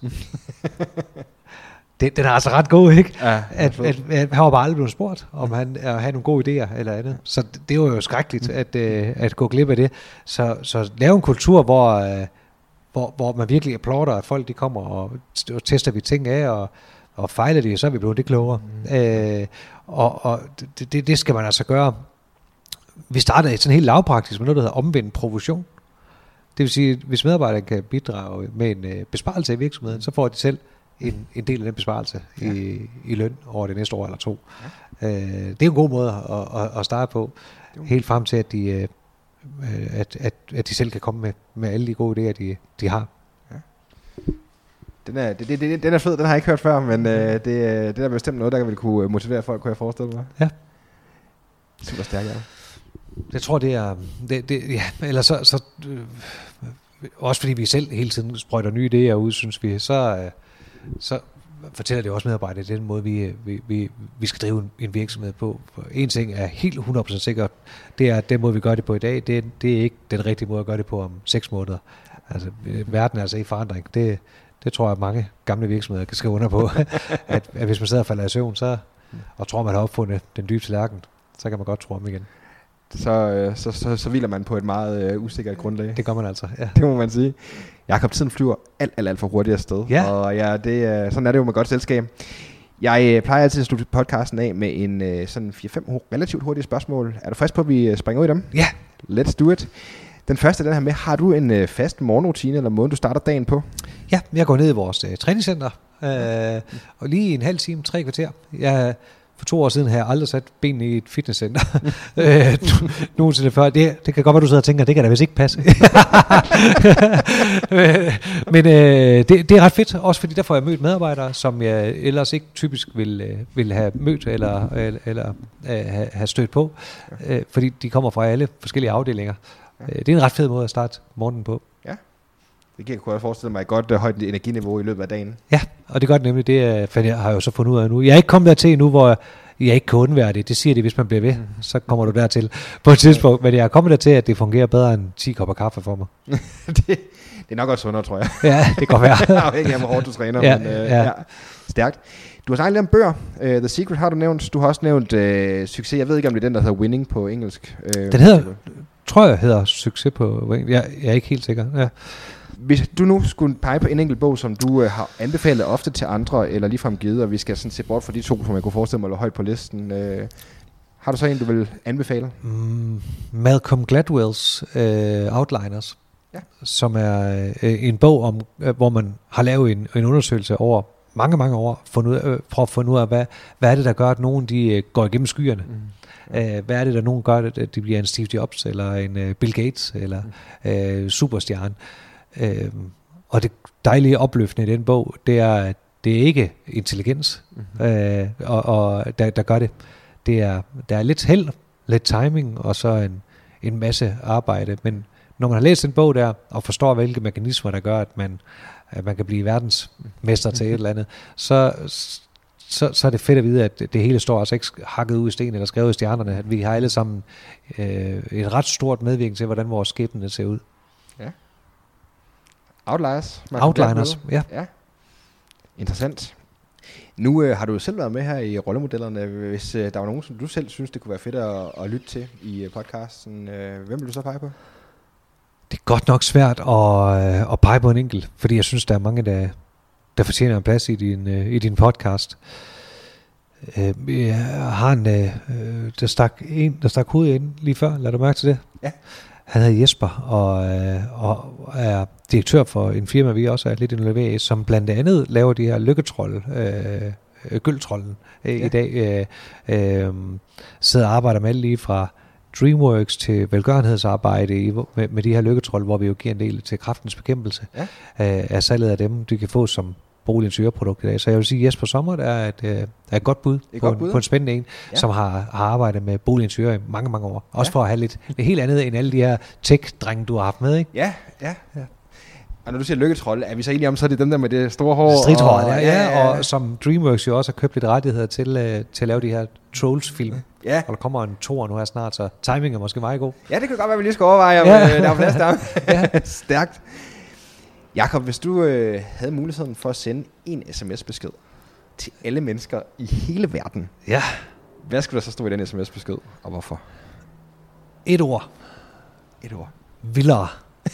Speaker 2: det, den er altså ret god, ikke?
Speaker 1: Ja,
Speaker 2: at, at, at, han var bare aldrig blevet spurgt, om han uh, havde nogle gode idéer eller andet. Så det, det var jo skrækkeligt, at, uh, at gå glip af det. Så, så lave en kultur, hvor, uh, hvor, hvor man virkelig applauder, at folk de kommer og, og tester vi ting af, og, og fejler de, så er vi blevet det klogere. Mm. Uh, og og det, det, det skal man altså gøre. Vi startede sådan helt lavpraktisk med noget, der hedder omvendt provision. Det vil sige, at hvis medarbejderne kan bidrage med en øh, besparelse i virksomheden, så får de selv en, en del af den besparelse ja. i, i løn over det næste år eller to. Ja. Øh, det er en god måde at, at, at starte på, helt frem til, at de, øh, at, at, at de selv kan komme med, med alle de gode idéer, de, de har. Ja.
Speaker 1: Den er, det, det, den er fed, den har jeg ikke hørt før, men øh, det, det er bestemt noget, der vil kunne motivere folk, kunne jeg forestille mig.
Speaker 2: Ja.
Speaker 1: Super stærkt, ja.
Speaker 2: Jeg tror, det er... Det, det, ja, eller så... så øh, også fordi vi selv hele tiden sprøjter nye idéer ud, synes vi, så, øh, så fortæller det også medarbejdere, det er den måde, vi, vi, vi, vi skal drive en, en virksomhed på. For en ting er helt hundrede procent sikkert, det er, at den måde, vi gør det på i dag, det, det er ikke den rigtige måde at gøre det på om seks måneder. Altså, øh, verden er altså i forandring. Det, det tror jeg, mange gamle virksomheder kan skrive under på, at, at hvis man sidder og falder i søvn, så, og tror, man har opfundet den dybe tallerken, så kan man godt tro om igen.
Speaker 1: Så, så, så, så hviler man på et meget øh, usikkert grundlag.
Speaker 2: Det gør man altså, ja.
Speaker 1: Det må man sige. Jakob, tiden flyver alt, alt, alt for hurtigt afsted.
Speaker 2: Ja.
Speaker 1: Og ja, det, sådan er det jo med godt selskab. Jeg øh, plejer altid at slutte podcasten af med en øh, sådan fire fem relativt hurtige spørgsmål. Er du frisk på, at vi springer ud i dem?
Speaker 2: Ja.
Speaker 1: Let's do it. Den første den her med, har du en øh, fast morgenrutine eller måde, du starter dagen på?
Speaker 2: Ja, jeg går ned i vores øh, træningscenter, øh, og lige en halv time, tre kvarter. Jeg... For to år siden har jeg aldrig sat benene i et fitnesscenter. øh, nogensinde før. Det, det kan godt være, du sidder og tænker, det kan da vist ikke passe. Men øh, det, det er ret fedt, også fordi der får jeg mødt medarbejdere, som jeg ellers ikke typisk vil, vil have mødt eller, eller, eller øh, have stødt på. Øh, fordi de kommer fra alle forskellige afdelinger. Ja. Det er en ret fed måde at starte morgenen på.
Speaker 1: Ja. Det kan jeg forestille mig et godt uh, højt energiniveau i løbet af dagen.
Speaker 2: Ja, og det gør det nemlig. Det for jeg har jo så fundet ud af nu. Jeg er ikke kommet dertil endnu, hvor jeg ikke kan undvære det. Det siger de, hvis man bliver ved. Mm. Så kommer du dertil på et tidspunkt. Men jeg er kommet dertil, at det fungerer bedre end ti kopper kaffe for mig.
Speaker 1: det, det er nok også sundere, tror jeg.
Speaker 2: Ja, det kan være.
Speaker 1: Afhængig af, hvor hårdt du træner.
Speaker 2: Ja,
Speaker 1: men, uh,
Speaker 2: ja. Ja.
Speaker 1: Stærkt. Du har snakket lidt om bøger. Uh, The Secret har du nævnt. Du har også nævnt uh, succes. Jeg ved ikke, om det er den, der hedder Winning på engelsk. Uh,
Speaker 2: den hedder, tror jeg, hedder succes på engelsk. Jeg, jeg er ikke helt sikker. Ja.
Speaker 1: Hvis du nu skulle pege på en enkelt bog, som du øh, har anbefalet ofte til andre, eller ligefrem givet, og vi skal sådan se bort fra de to, som jeg kunne forestille mig, eller højt på listen, øh, har du så en, du vil anbefale?
Speaker 2: Mm, Malcolm Gladwells øh, Outliners, ja. Som er øh, en bog, om, øh, hvor man har lavet en, en undersøgelse over mange, mange år, fundet ud af, øh, for at finde ud af, hvad, hvad er det, der gør, at nogen de, øh, går igennem skyerne. Mm. Ja. Øh, hvad er det, der nogen gør, at de bliver en Steve Jobs, eller en øh, Bill Gates, eller mm. øh, superstjerne. Øhm, og det dejlige opløftende i den bog, det er, at det er ikke intelligens, mm-hmm. øh, og, og der, der gør det. Det er, der er lidt held, lidt timing, og så en, en masse arbejde. Men når man har læst en bog der, og forstår, hvilke mekanismer, der gør, at man, at man kan blive verdensmester til et eller andet, så, så, så er det fedt at vide, at det hele står altså ikke hakket ud i sten, eller skrevet i stjernerne. At vi har alle sammen øh, et ret stort medvirkning til, hvordan vores skæbne ser ud.
Speaker 1: Ja. Outliers.
Speaker 2: Outliners, ja.
Speaker 1: ja. Interessant. Nu øh, har du jo selv været med her i rollemodellerne. Hvis øh, der var nogen, som du selv synes, det kunne være fedt at, at lytte til i øh, podcasten, øh, hvem vil du så pege på?
Speaker 2: Det er godt nok svært at, øh, at pege på en enkelt, fordi jeg synes, der er mange, der, der fortjener en plads i din, øh, i din podcast. Øh, jeg har en, øh, der stak en, der stak hovedet ind lige før. Lad du mærke til det?
Speaker 1: Ja.
Speaker 2: Han hedder Jesper, og, øh, og er direktør for en firma, vi også er lidt involveret i, som blandt andet laver de her lykketrolde, øh, gyldtrolden øh, ja. i dag. Øh, øh, sidder og arbejder med alle lige fra DreamWorks til velgørenhedsarbejde i, med, med de her lykketrolde, hvor vi jo giver en del til kræftens bekæmpelse ja. øh, af salget af dem, de kan få som boligens øreprodukt i dag. Så jeg vil sige, at Jesper Sommer er et, er et godt bud, et på, godt bud. En, på en spændende en, ja. Som har, har arbejdet med boligens øre i mange, mange år. Også ja. For at have lidt, lidt helt andet end alle de her tech-drenge, du har haft med, ikke?
Speaker 1: Ja, ja, ja. Og når du siger lykketrolde, er vi så enige om, så er det dem der med det store hår?
Speaker 2: Stridthår, ja, ja, ja, og som DreamWorks jo også har købt lidt rettigheder til, uh, til at lave de her Trolls-film. Ja. Og der kommer en toer nu her snart, så timing er måske meget god.
Speaker 1: Ja, det kan godt være, vi lige skal overveje, om ja. der er plads der. Ja. Stærkt. Jakob, hvis du øh, havde muligheden for at sende en sms-besked til alle mennesker i hele verden,
Speaker 2: ja.
Speaker 1: Hvad skulle der så stå i den sms-besked, og hvorfor?
Speaker 2: Et ord.
Speaker 1: Et ord.
Speaker 2: Vildere.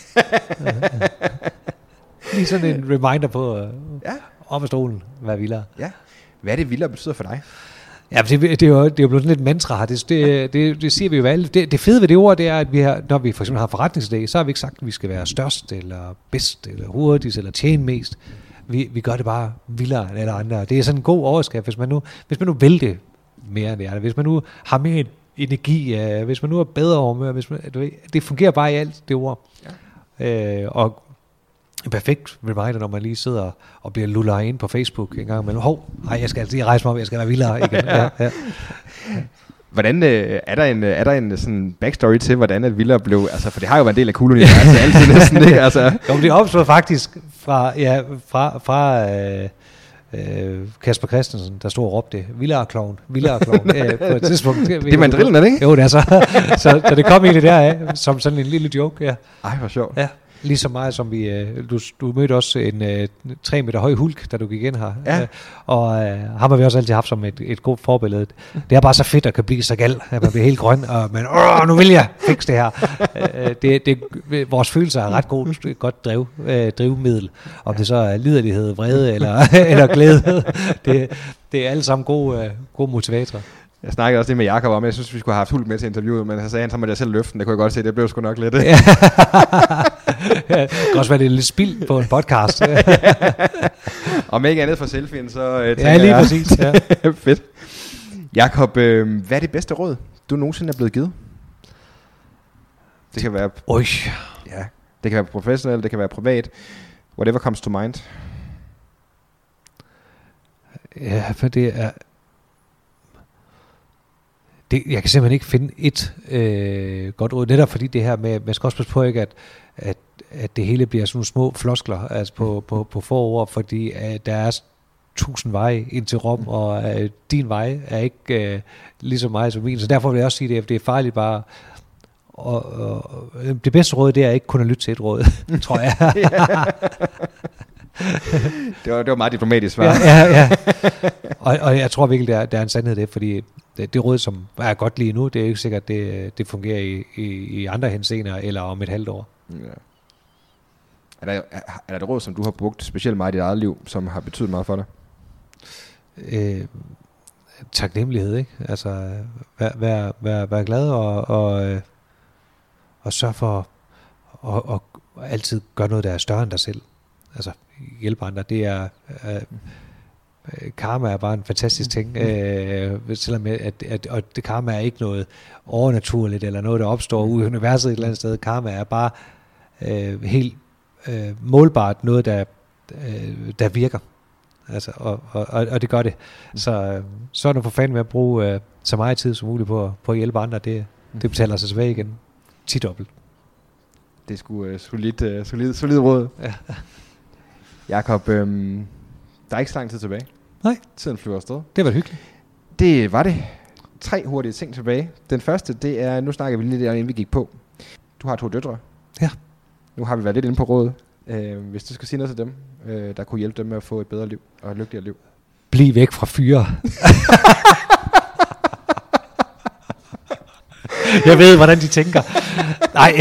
Speaker 2: Lige sådan en reminder på uh,
Speaker 1: ja.
Speaker 2: op ad stolen, hvad vildere.
Speaker 1: Ja. Hvad er det vildere betyder for dig?
Speaker 2: Ja, det, det, er jo, det er jo blevet sådan lidt mantra her. Det, det, det, det siger vi jo alle. Det, det fede ved det ord, det er, at vi har, når vi for eksempel har forretningsdag, så har vi ikke sagt, at vi skal være størst, eller bedst, eller hurtigst, eller tjene mest. Vi, vi gør det bare vildere end alle andre. Det er sådan en god overskrift, hvis man nu, hvis man nu vil det mere end det er. Hvis man nu har mere energi, uh, hvis man nu er bedre humør, hvis man, du ved, det fungerer bare i alt, det ord. Ja. Øh, og en perfekt reminder, når man lige sidder og bliver luller ind på Facebook en gang imellem. Hov, ej, jeg skal altid rejse mig op, jeg skal være vildere igen. Ja, ja.
Speaker 1: Hvordan øh, er der en er der en sådan backstory til hvordan at vildere blev, altså for det har jo været en del af cool-universet altid næsten, ikke? Altså.
Speaker 2: Jo, det opstod faktisk fra ja fra fra øh, øh, Kasper Christensen, der stod og råbte vildere klovn, vildere klovn øh, på et tidspunkt.
Speaker 1: Det er mandrillen, er det ikke?
Speaker 2: Jo, det er så. så, så det kom egentlig deraf som sådan en lille joke, ja.
Speaker 1: Ej, hvor sjovt.
Speaker 2: Ja. Lige så meget som vi, øh, du, du mødte også en øh, tre meter høj hulk, da du gik ind her.
Speaker 1: Ja.
Speaker 2: Øh, og øh, ham har vi også altid haft som et, et godt forbillede. Det er bare så fedt at kan blive så gal, at man bliver helt grøn, og man, åh, nu vil jeg fikse det her. øh, det, det, vores følelser er ret god, godt driv, øh, drivmiddel. Om det så er liderlighed, vrede eller, eller glæde. det, det er alle sammen gode, øh, gode motivatorer.
Speaker 1: Jeg snakkede også det med Jakob om, jeg synes, vi skulle have haft Hulk med til interviewet, men han sagde, han så måtte jeg selv løfte den. Det kunne jeg godt se, det blev sgu nok lidt.
Speaker 2: Ja. Det kan også være, det er lidt spild på en podcast.
Speaker 1: Om ikke andet for selfien, så uh, tænker
Speaker 2: ja, lige
Speaker 1: jeg.
Speaker 2: præcis. Ja.
Speaker 1: Fedt. Jakob, øh, hvad er det bedste råd, du nogensinde er blevet givet? Det kan være...
Speaker 2: Oj.
Speaker 1: Ja, det kan være professionelt, det kan være privat. Whatever comes to mind.
Speaker 2: Ja, for det er... Det, jeg kan simpelthen ikke finde et øh, godt råd, netop fordi det her med, man skal også passe på ikke, at, at, at det hele bliver sådan nogle små floskler, altså på, på, på forord, fordi øh, der er tusind veje ind til Rom, og øh, din vej er ikke øh, lige så meget som min, så derfor vil jeg også sige det, at det er farligt bare, og, og, det bedste råd, det er ikke kun at lytte til et råd, tror jeg.
Speaker 1: det, var, det var meget diplomatisk svar.
Speaker 2: Ja, ja, ja. Og, og jeg tror virkelig, der er, der er en sandhed det, fordi det, det råd, som er godt lige nu, det er ikke sikkert, det, det fungerer i, i, i andre henseender, eller om et halvt år. Ja.
Speaker 1: Er der, er, er der et råd, som du har brugt specielt meget i dit eget liv, som har betydet meget for dig?
Speaker 2: Øh, taknemmelighed, ikke? Altså, vær, vær, vær, vær glad og, og, og sørg for at og altid gøre noget, der er større end dig selv. Altså, hjælpe andre, det er... Øh, karma er bare en fantastisk ting, øh, selvom at, at, at det karma er ikke noget overnaturligt, eller noget, der opstår ude i universet et eller andet sted. Karma er bare øh, helt øh, målbart noget, der, øh, der virker. Altså, og, og, og det gør det. Så, øh, så er det for fanden med at bruge øh, så meget tid som muligt på, på at hjælpe andre. Det, det betaler sig tilbage igen. ti-dobbelt.
Speaker 1: Det er sgu uh, solid, uh, solid, solid råd. Ja. Jakob, øhm, der er ikke så lang tid tilbage.
Speaker 2: Nej.
Speaker 1: Tiden flyver afsted.
Speaker 2: Det var hyggeligt.
Speaker 1: Det var det. Tre hurtige ting tilbage. Den første, det er, nu snakker vi lidt om, inden vi gik på. Du har to døtre.
Speaker 2: Ja.
Speaker 1: Nu har vi været lidt inde på rådet. Øh, hvis du skal sige noget til dem, øh, der kunne hjælpe dem med at få et bedre liv og et lykkeligere liv.
Speaker 2: Bliv væk fra fyre. Jeg ved, hvordan de tænker. Nej.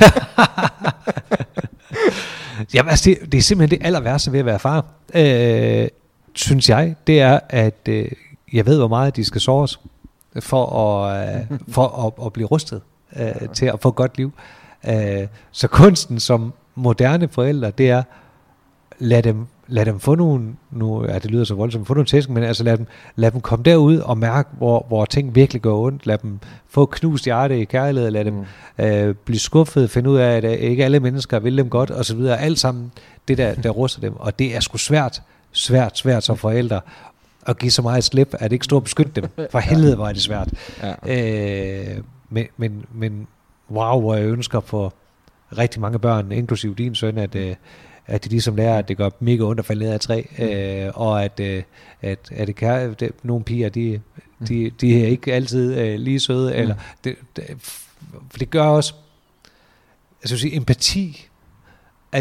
Speaker 2: Jamen, altså, det, det er simpelthen det aller værste ved at være far. Øh, synes jeg, det er, at øh, jeg ved, hvor meget de skal såres for at, øh, for at, at blive rustet øh, til at få et godt liv. Øh, så kunsten som moderne forældre, det er, lad dem, lad dem få nogle, nu, ja, det lyder så voldsomt, få nogle tæsk, men altså lad dem, lad dem komme derud og mærke, hvor, hvor ting virkelig går ondt. Lad dem få knust hjerte i kærlighed, lad dem mm. øh, blive skuffet, finde ud af, at ikke alle mennesker vil dem godt, og så videre. Alt sammen det, der, der ruster dem. Og det er sgu svært, svært, svært som forældre at give så meget slip, at ikke stå og beskytte dem. For helvede var det svært. Ja. Øh, men, men, men wow, hvor jeg ønsker for rigtig mange børn, inklusive din søn, at øh, at de ligesom lærer, at det gør mega ondt at falde ned af træ, mm. øh, og at, øh, at, at det kan, det, nogle piger, de, de, de er ikke altid øh, lige søde, mm. eller det, det, for det gør også, altså jeg vil sige, empati er den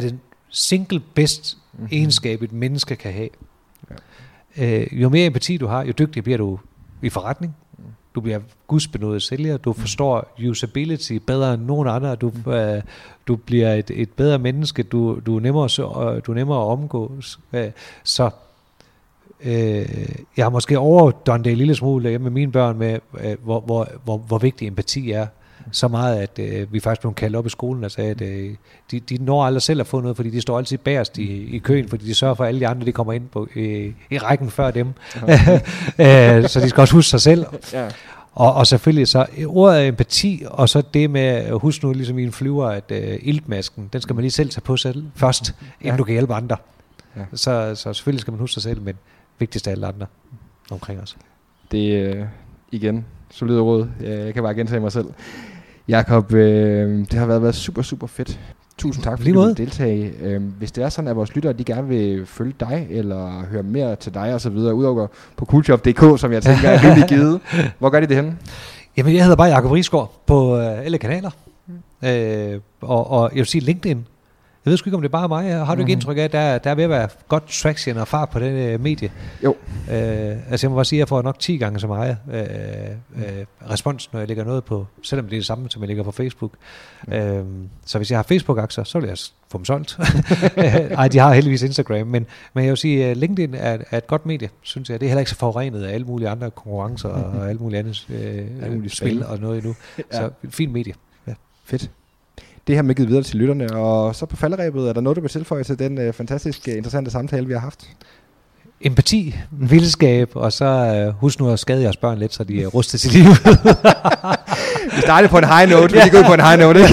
Speaker 2: single best mm-hmm. egenskab, et menneske kan have. Ja. Øh, jo mere empati du har, jo dygtigere bliver du i forretning. Mm. Du bliver gudsbenådet sælger, du mm. forstår usability bedre end nogen andre, du, mm. øh, du bliver et, et bedre menneske, du, du, er nemmere, du er nemmere at omgås. Øh, så øh, jeg har måske overdone det en lille smule hjemme med mine børn, med øh, hvor, hvor, hvor, hvor vigtig empati er. Så meget, at øh, vi faktisk blev kaldt op i skolen og sagde, at øh, de, de når aldrig selv at få noget, fordi de står altid bagerst i, i køen, fordi de sørger for, at alle de andre de kommer ind på, øh, i rækken før dem. øh, så de skal også huske sig selv. Ja. Og, og selvfølgelig så ordet er empati, og så det med, husk nu ligesom i en flyver, at øh, iltmasken, den skal man lige selv tage på selv først, inden ja. du kan hjælpe andre. Ja. Så, så selvfølgelig skal man huske sig selv, men vigtigst af alle andre omkring os.
Speaker 3: Det er øh, igen solide råd. Jeg kan bare gentage mig selv. Jakob, øh, det har været, været super, super fedt. Tusind tak, fordi du vil deltage. Øh, hvis det er sådan, at vores lyttere, de gerne vil følge dig, eller høre mere til dig og så videre, udover på coolshop punktum d k, som jeg tænker er rimelig givet. Hvor gør de det henne?
Speaker 2: Jamen, jeg hedder bare Jakob Risgaard på øh, alle kanaler. Mm. Øh, og, og jeg vil sige LinkedIn. Jeg ved sgu ikke, om det er bare mig. Har du mm-hmm. ikke indtryk af, at der, der er ved at være godt traction og fart på den uh, medie?
Speaker 3: Jo.
Speaker 2: Uh, altså jeg må bare sige, at jeg får nok ti gange så meget uh, uh, respons, når jeg lægger noget på, selvom det er det samme, som jeg lægger på Facebook. Mm. Uh, så hvis jeg har Facebook-aktier, så vil jeg få dem solgt. Ej, de har heldigvis Instagram, men, men jeg vil sige, at LinkedIn er, er et godt medie, synes jeg. Det er heller ikke så forurenet af alle mulige andre konkurrencer mm-hmm. og alle mulige andre uh, spil og noget endnu. Ja. Så et fint medie. Ja.
Speaker 3: Fedt. Det her med givet videre til lytterne, og så på falderæbet, er der noget, du vil tilføje til den øh, fantastisk interessante samtale, vi har haft?
Speaker 2: Empati, vildskab, og så øh, husk nu at skade jeres børn lidt, så de er rustet til livet.
Speaker 3: Vi startede på en high note, vi gik ud på en high note, ikke?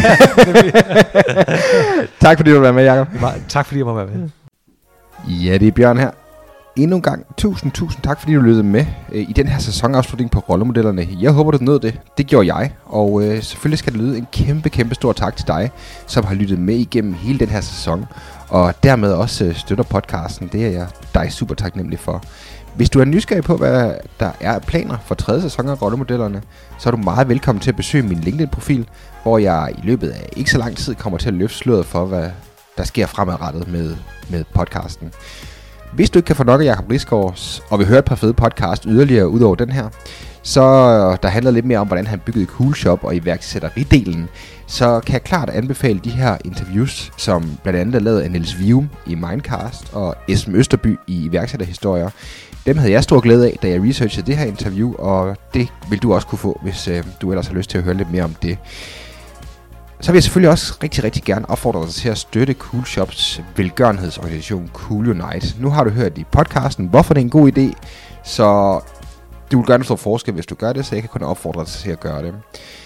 Speaker 3: Tak fordi du var med, Jakob.
Speaker 2: Tak fordi jeg må være med.
Speaker 1: Ja, det er Bjørn her. Endnu en gang, tusind, tusind tak, fordi du lyttede med øh, i den her sæsonafslutning på rollemodellerne. Jeg håber, du nød det. Det gjorde jeg. Og øh, selvfølgelig skal det lyde en kæmpe, kæmpe stor tak til dig, som har lyttet med igennem hele den her sæson. Og dermed også øh, støtter podcasten. Det er jeg dig super taknemmelig for. Hvis du er nysgerrig på, hvad der er planer for tredje sæson af rollemodellerne, så er du meget velkommen til at besøge min LinkedIn-profil, hvor jeg i løbet af ikke så lang tid kommer til at løfte sløret for, hvad der sker fremadrettet med, med podcasten. Hvis du ikke kan få nok af Jakob Risgaard og vil høre et par fede podcast yderligere ud over den her, så der handler lidt mere om, hvordan han byggede Coolshop og iværksætteridelen, så kan jeg klart anbefale de her interviews, som blandt andet er lavet af Niels Vium i Mindcast og Esben Østerby i iværksætterhistorier. Dem havde jeg stor glæde af, da jeg researchede det her interview, og det vil du også kunne få, hvis øh, du ellers har lyst til at høre lidt mere om det. Så vil jeg selvfølgelig også rigtig, rigtig gerne opfordre dig til at støtte Coolshops velgørenhedsorganisation Cool Unite. Nu har du hørt i podcasten, hvorfor det er en god idé, så du vil gøre en stor forskel, hvis du gør det, så jeg kan kun opfordre dig til at gøre det.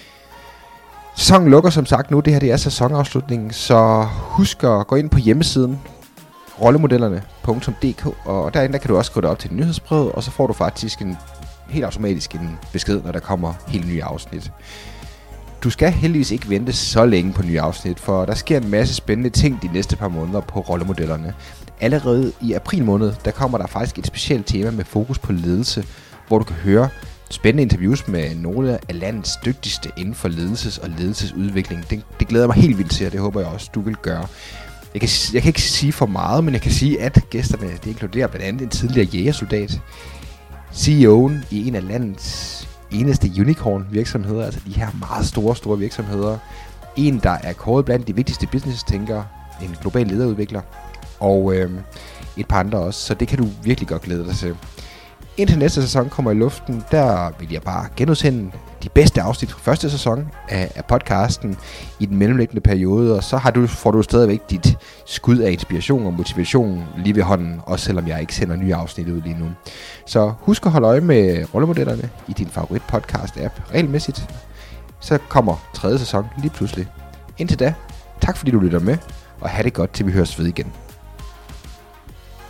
Speaker 1: Sæsonen lukker som sagt nu, det her det er sæsonafslutningen, så husk at gå ind på hjemmesiden rollemodellerne punktum d k, og derinde der kan du også gå derop til nyhedsbrevet, og så får du faktisk en helt automatisk en besked, når der kommer helt nye afsnit. Du skal heldigvis ikke vente så længe på nye afsnit, for der sker en masse spændende ting de næste par måneder på rollemodellerne. Allerede i april måned, der kommer der faktisk et specielt tema med fokus på ledelse, hvor du kan høre spændende interviews med nogle af landets dygtigste inden for ledelses- og ledelsesudvikling. Det, det glæder mig helt vildt til, og det håber jeg også, du vil gøre. Jeg kan, jeg kan ikke sige for meget, men jeg kan sige, at gæsterne det inkluderer blandt andet en tidligere jægersoldat, C E O'en i en af landets eneste unicorn virksomheder, altså de her meget store, store virksomheder. En, der er kåret blandt de vigtigste business-tænkere, en global lederudvikler, og øh, et par andre også, så det kan du virkelig godt glæde dig til. Indtil næste sæson kommer i luften, der vil jeg bare genudsende de bedste afsnit fra første sæson af, af podcasten i den mellemliggende periode, og så har du, får du stadigvæk dit skud af inspiration og motivation lige ved hånden, også selvom jeg ikke sender nye afsnit ud lige nu. Så husk at holde øje med rollemodellerne i din favorit podcast-app regelmæssigt. Så kommer tredje sæson lige pludselig. Indtil da, tak fordi du lytter med, og have det godt til vi høres ved igen.